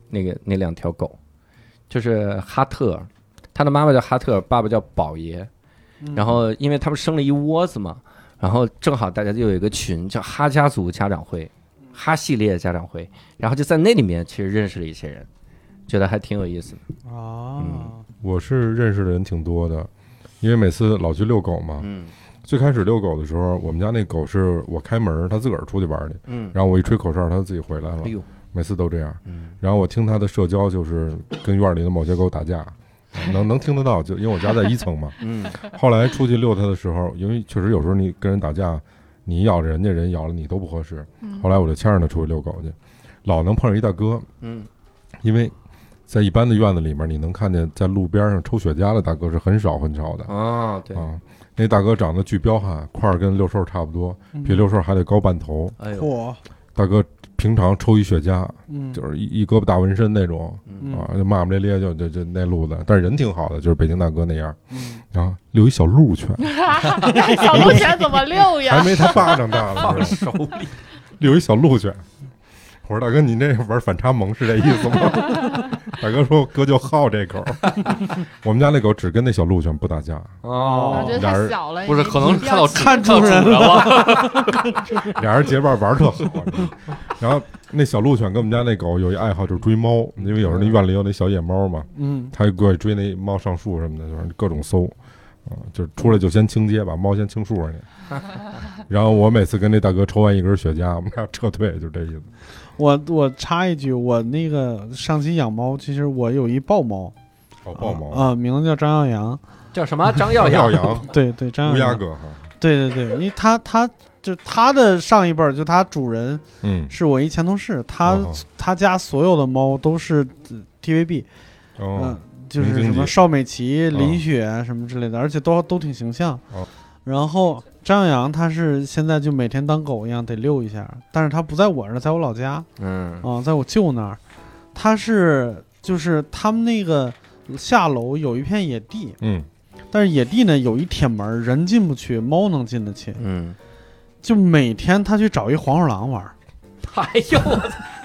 2条狗，就是哈特，他的妈妈叫哈特，爸爸叫宝爷，然后因为他们生了一窝子嘛，然后正好大家就有一个群叫哈家族家长会，哈系列家长会，然后就在那里面其实认识了一些人，觉得还挺有意思的啊。 我是认识的人挺多的，因为每次老去遛狗嘛，最开始遛狗的时候，我们家那狗是我开门，它自个儿出去玩去，然后我一吹口哨，它自己回来了，每次都这样。然后我听它的社交就是跟院里的某些狗打架，能听得到，就因为我家在1层嘛。后来出去遛它的时候，因为确实有时候你跟人打架，你咬着人家，人咬了你都不合适。后来我就牵着它出去遛狗去，老能碰上一大哥，因为在一般的院子里面，你能看见在路边上抽雪茄的大哥是很少的啊，对啊。 那大哥长得巨彪悍，块儿跟六兽差不多，比六兽还得高半头。 哎呦， 大哥平常抽一雪茄，就是一胳膊大纹身那种，就骂骂咧咧，就那路子。但是人挺好的，就是北京大哥那样。然后遛一小鹿犬， 小鹿犬怎么遛呀？ 还没他巴掌大呢， 放手里遛一小鹿犬。我说大哥，你这玩反差萌是这意思吗？大哥说哥就好这口。我们家那狗只跟那小鹿犬不打架。 我觉得太小了， 不是，可能看主人了。 俩人结伴玩特好。然后那小鹿犬跟我们家那狗有一爱好，就是追猫，因为有时候那院里有那小野猫嘛，它过去追那猫上树什么的，就是各种搜。就是出来就先清街，把猫先清树上去。然后我每次跟那大哥抽完一根雪茄，我们俩撤退，就这意思。 我插一句，我那个上期养猫，其实我有一豹猫， 豹猫名字叫张耀扬， 叫什么？张耀扬， 对，张耀扬， 乌鸦哥哈， 对，因为他就他的上一辈儿，就他主人，是我一前同事，他家所有的猫都是 TVB，就是什么邵美琪、林雪什么之类的，而且都挺形象。然后张耀扬他是现在就每天当狗一样得遛一下，但是他不在我这儿，在我老家，在我舅那儿。他是就是他们那个下楼有一片野地，但是野地呢有一铁门，人进不去，猫能进得去，就每天他去找一黄鼠狼玩。 哎呦我操！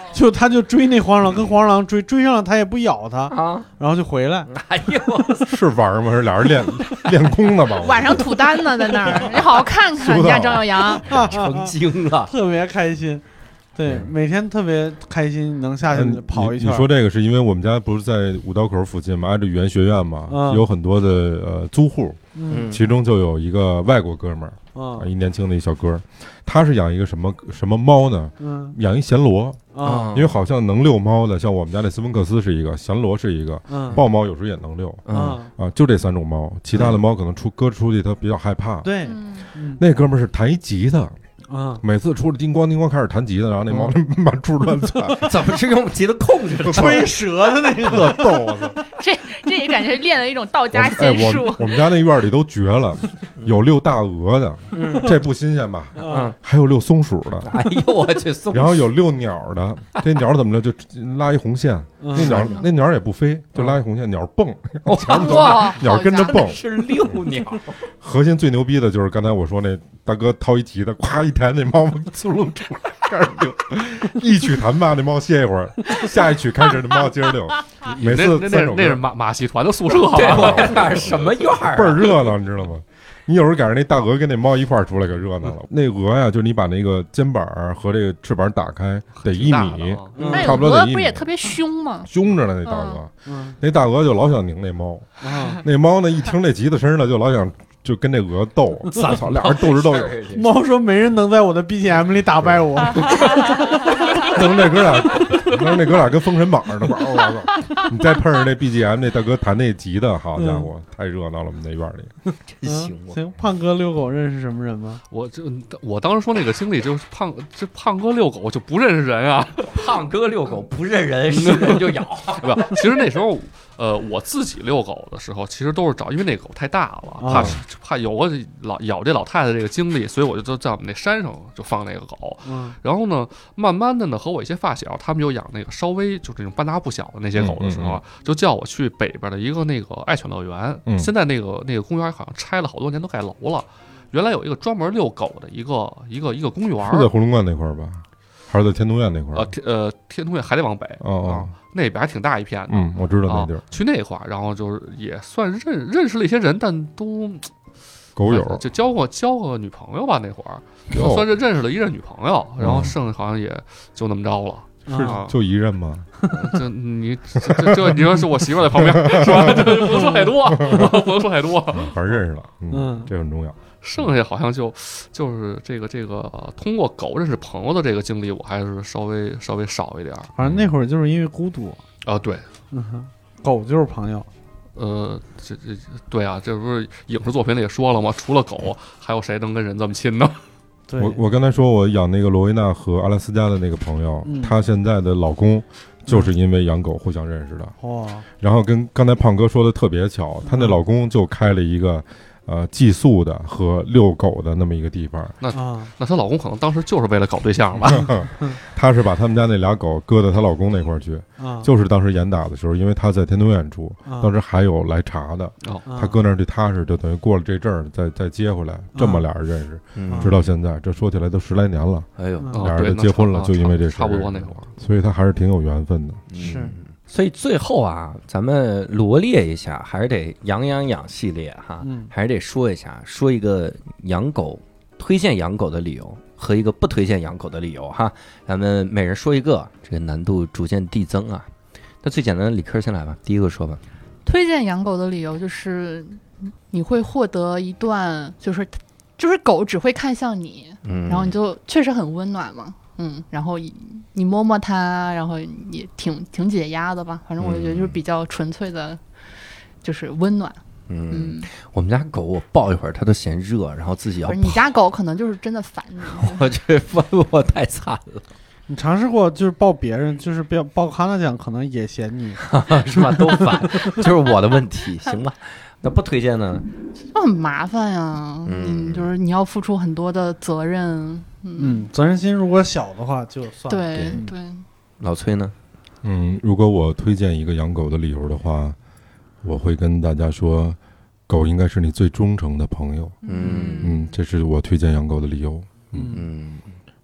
就他就追那黄鼠狼，跟黄鼠狼追上了，他也不咬他啊，然后就回来。 哎呦， 是玩吗？是俩人练功的吧？ 晚上吐丹呢，在那儿，你好好看看人家张耀扬， 成精了， 特别开心。对，每天特别开心，能下去跑一圈。 你说这个是因为我们家不是在五道口附近嘛，挨着语言学院嘛，有很多的租户，其中就有一个外国哥们儿，一年轻的一小哥，他是养一个什么猫呢？养一暹罗因为好像能遛猫的，像我们家那斯芬克斯是一个，暹罗是一个，豹猫有时候也能遛，就这3种猫，其他的猫可能搁出去它比较害怕。 对， 那哥们儿是弹一吉他。每次出来叮咣叮咣开始弹吉他，然后那猫满处乱窜， 怎么是用吉他控制的？ 吹蛇的那个逗， 这也感觉练了一种道家仙术。 我们家那院里都绝了，有遛大鹅的，这不新鲜吧？还有遛松鼠的， 哎呦我去！ 然后有遛鸟的，这鸟怎么着就拉一红线，那鸟也不飞，就拉一红线，鸟蹦，鸟跟着蹦， 是遛鸟。 核心最牛逼的就是刚才我说那大哥掏一吉他，咵一弹，那猫嗖溜出来，开始溜。一曲弹吧，那猫歇一会儿，下一曲开始，那猫接着溜。每次那是马戏团的宿舍， 对，什么院儿， 倍儿热闹，你知道吗？你有时候赶上那大鹅跟那猫一块儿出来，可热闹了。那鹅呀，就是你把那个肩膀和这个翅膀打开，得1米，差不多得1米。 不是也特别凶吗？ 凶着呢，那大鹅。那大鹅就老想拧那猫，那猫呢一听那吉他声呢，就老想。就跟那鹅斗，操，俩人斗智斗勇。 猫说：“没人能在我的 BGM 里打败我。” 能那哥俩跟封神榜似的，我操！你再碰上那 BGM， 那大哥弹那吉他，好家伙，太热闹了，我们那院里。 真行， 行，胖哥遛狗认识什么人吗？ 我当时说那个经历就是胖哥遛狗就不认识人啊， 胖哥遛狗不认人，是人就咬。 不，其实那时候。我自己遛狗的时候，其实都是找，因为那狗太大了，怕有个咬这老太太这个经历，所以我就在我们那山上就放那个狗。然后呢，慢慢的呢，和我一些发小，他们有养那个稍微就这种半大不小的那些狗的时候，就叫我去北边的一个那个爱犬乐园。现在那个公园好像拆了好多年，都盖楼了。原来有一个专门遛狗的一个公园， 是在回龙观那块儿吧？还是在天通苑那块儿？天通苑还得往北那边还挺大一片的。 我知道那地儿。 去那块儿，然后就是也算认识了一些人，但都狗友， 就交个女朋友吧。那会儿算是认识了一任女朋友，然后剩下好像也就那么着了。 是就一任吗？ 就你说是我媳妇在旁边是吧？不能说太多，不能说太多。 反正认识了，这很重要。 剩下好像就是这个通过狗认识朋友的这个经历，我还是稍微少一点。 反正那会儿就是因为孤独啊，对， 狗就是朋友。 这对啊，这不是影视作品里也说了吗？除了狗，还有谁能跟人这么亲呢？ 我刚才说我养那个罗威纳和阿拉斯加的那个朋友，她现在的老公就是因为养狗互相认识的。然后跟刚才胖哥说的特别巧，她那老公就开了一个。寄宿的和遛狗的那么一个地方。 那她老公可能当时就是为了搞对象吧？ 她是把他们家那俩狗搁到她老公那块儿去，就是当时严打的时候，因为她在天通苑住，当时还有来查的，她搁那儿就踏实，就等于过了这阵儿再接回来，这么俩人认识，直到现在，这说起来都10来年了。 哎呦， 俩人就结婚了，就因为这事， 差不多那会儿， 所以她还是挺有缘分的。 是。 所以最后啊，咱们罗列一下，还是得养系列哈，还是得说一个养狗推荐养狗的理由和一个不推荐养狗的理由哈，咱们每人说一个，这个难度逐渐递增啊。那最简单的理科先来吧，第一个说吧。 推荐养狗的理由就是你会获得一段就是狗只会看向你，然后你就确实很温暖嘛。然后你摸摸它，然后也挺解压的吧。反正我觉得就是比较纯粹的，就是温暖。 我们家狗我抱一会儿它都嫌热，然后自己要。 你家狗可能就是真的烦你。 我这烦我太惨了。 你尝试过就是抱别人，就是抱康纳酱，可能也嫌你是吧？都烦，就是我的问题，行吧？那不推荐呢？ 那很麻烦呀。就是你要付出很多的责任。 责任心如果小的话就算了。 对。 老崔呢？ 如果我推荐一个养狗的理由的话，我会跟大家说，狗应该是你最忠诚的朋友。这是我推荐养狗的理由。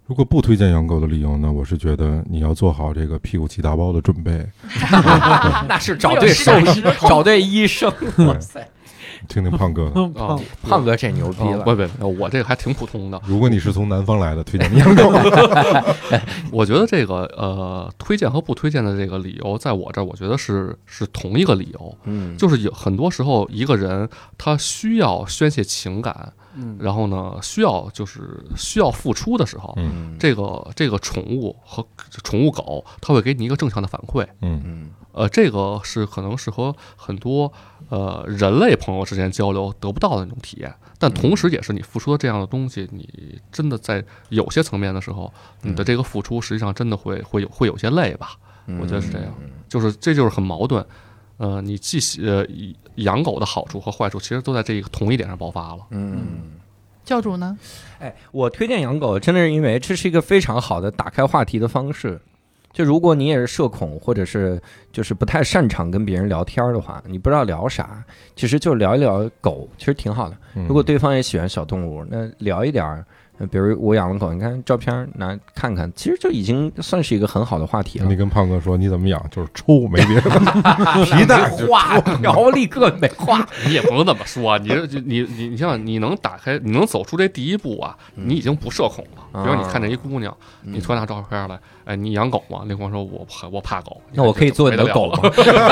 如果不推荐养狗的理由呢，我是觉得你要做好这个屁股起大包的准备。 那是找对兽医，找对医生。哇塞！ 听听胖哥的，胖哥这牛逼了。 不，我这个还挺普通的。 如果你是从南方来的，推荐你养狗。 我觉得这个推荐和不推荐的这个理由，在我这儿，我觉得是同一个理由。就是有很多时候一个人他需要宣泄情感，然后呢需要付出的时候，这个宠物和宠物狗，它会给你一个正向的反馈。这个可能是和很多人类朋友之间交流得不到的那种体验，但同时也是你付出的这样的东西，你真的在有些层面的时候，你的这个付出实际上真的会有些累吧？我觉得是这样，这就是很矛盾。你既养狗的好处和坏处，其实都在这个同一点上爆发了。 教主呢？ 我推荐养狗，真的是因为这是一个非常好的打开话题的方式。就如果你也是社恐，或者是就是不太擅长跟别人聊天的话，你不知道聊啥，其实就聊一聊狗，其实挺好的。如果对方也喜欢小动物，那聊一点，比如我养了狗，你看照片拿看看，其实就已经算是一个很好的话题了。 你跟胖哥说你怎么养，就是抽，没别的，皮带话，然后立刻没话。 你也不能这么说，你像你能打开，你能走出这第一步啊，你已经不社恐了。比如你看见一姑娘，你突然拿照片来，你养狗吗？那姑娘说我怕狗， 那我可以做你的狗吗？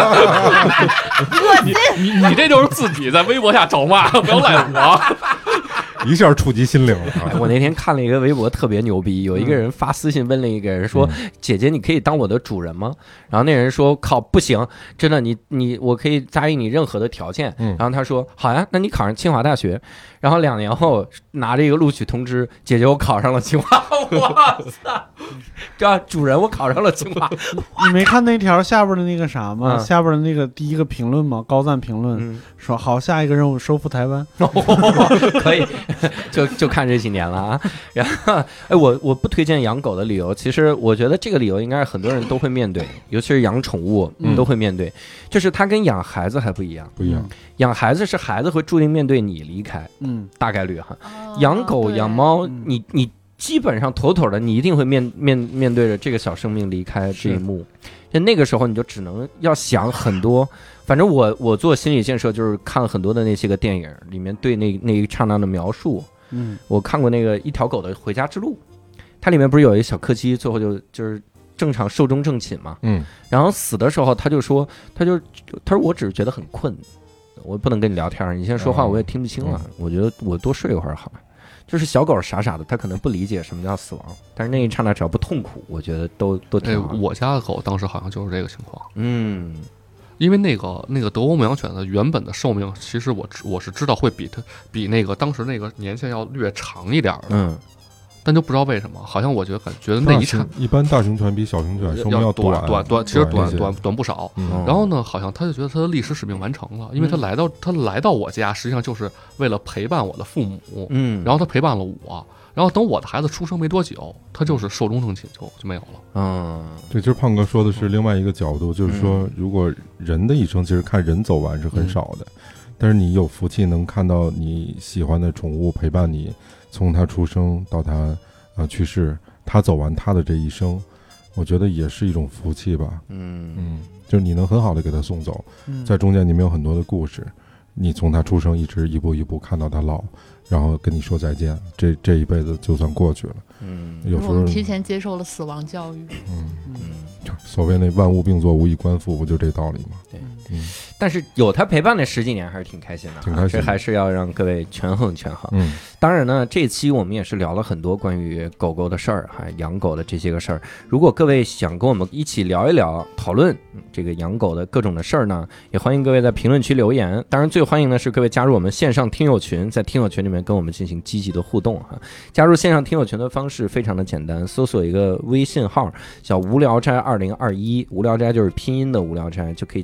你这就是自己在微博下找骂，不要赖我。 一下触及心灵了。 我那天看了一个微博特别牛逼，有一个人发私信问了一个人说：“姐姐，你可以当我的主人吗？”然后那人说：“靠，不行，真的，我可以答应你任何的条件。”然后他说：“好呀，那你考上清华大学。”然后2年后拿着一个录取通知，姐姐我考上了清华。哇塞，这主人我考上了清华。 你没看那条下边的那个啥吗？下边的那个第一个评论吗？高赞评论说：“好，下一个任务收复台湾。” 可以。就看这几年了啊。然后我不推荐养狗的理由，其实我觉得这个理由应该是很多人都会面对，尤其是养宠物都会面对，就是它跟养孩子还不一样。养孩子是孩子会注定面对你离开，大概率哈。养狗养猫，你基本上妥妥的，你一定会面对着这个小生命离开这一幕。就那个时候你就只能要想很多。反正我做心理建设就是看很多的那些个电影里面对那一刹那的描述。我看过那个一条狗的回家之路，它里面不是有一个小柯基，最后就是正常寿终正寝嘛。然后死的时候他说我只是觉得很困，我不能跟你聊天，你现在说话我也听不清了，我觉得我多睡一会儿好了。就是小狗傻傻的，它可能不理解什么叫死亡，但是那一刹那只要不痛苦，我觉得都挺好。 我家的狗当时好像就是这个情况。因为那个德国牧羊犬的原本的寿命，其实我是知道会比那个当时那个年限要略长一点的。但就不知道为什么，好像我觉得那一般大型犬比小型犬寿命要短， 其实短不少。然后呢，好像他就觉得他的历史使命完成了，因为他来到我家，实际上就是为了陪伴我的父母。然后他陪伴了我，然后等我的孩子出生没多久，他就是寿终正寝就没有了。 对，就是胖哥说的是另外一个角度，就是说，如果人的一生其实看人走完是很少的，但是你有福气能看到你喜欢的宠物陪伴你。从他出生到他去世，他走完他的这一生，我觉得也是一种福气吧。就是你能很好的给他送走，在中间你们有很多的故事，你从他出生一直一步一步看到他老，然后跟你说再见，这一辈子就算过去了。有时候我们提前接受了死亡教育。 所谓那万物并作无以观复，不就这道理吗？ 对。但是有他陪伴的10几年还是挺开心的，挺开心。这还是要让各位权衡权衡。当然呢，这期我们也是聊了很多关于狗狗的事儿，还养狗的这些个事儿。如果各位想跟我们一起聊一聊、讨论这个养狗的各种的事儿呢，也欢迎各位在评论区留言。当然，最欢迎的是各位加入我们线上听友群，在听友群里面跟我们进行积极的互动哈。加入线上听友群的方式非常的简单，搜索一个微信号叫无聊斋2021，无聊斋就是拼音的无聊斋，就可以加入到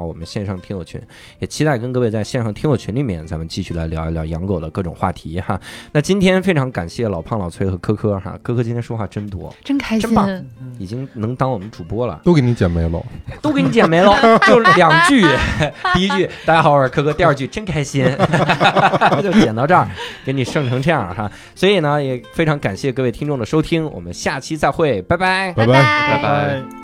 我们线上听友群，也期待跟各位在线上听友群里面咱们继续来聊一聊养狗的各种话题哈。那今天非常感谢老胖、老崔和科科哈，科科今天说话真多， 真开心， 真棒，已经能当我们主播了， 都给你剪没了， 都给你剪没了，就2句，第一句大家好，我是科科，第2句真开心，就剪到这儿，给你剩成这样哈。所以呢，也非常感谢各位听众的收听，我们下期再会，拜拜， 拜拜， 拜拜。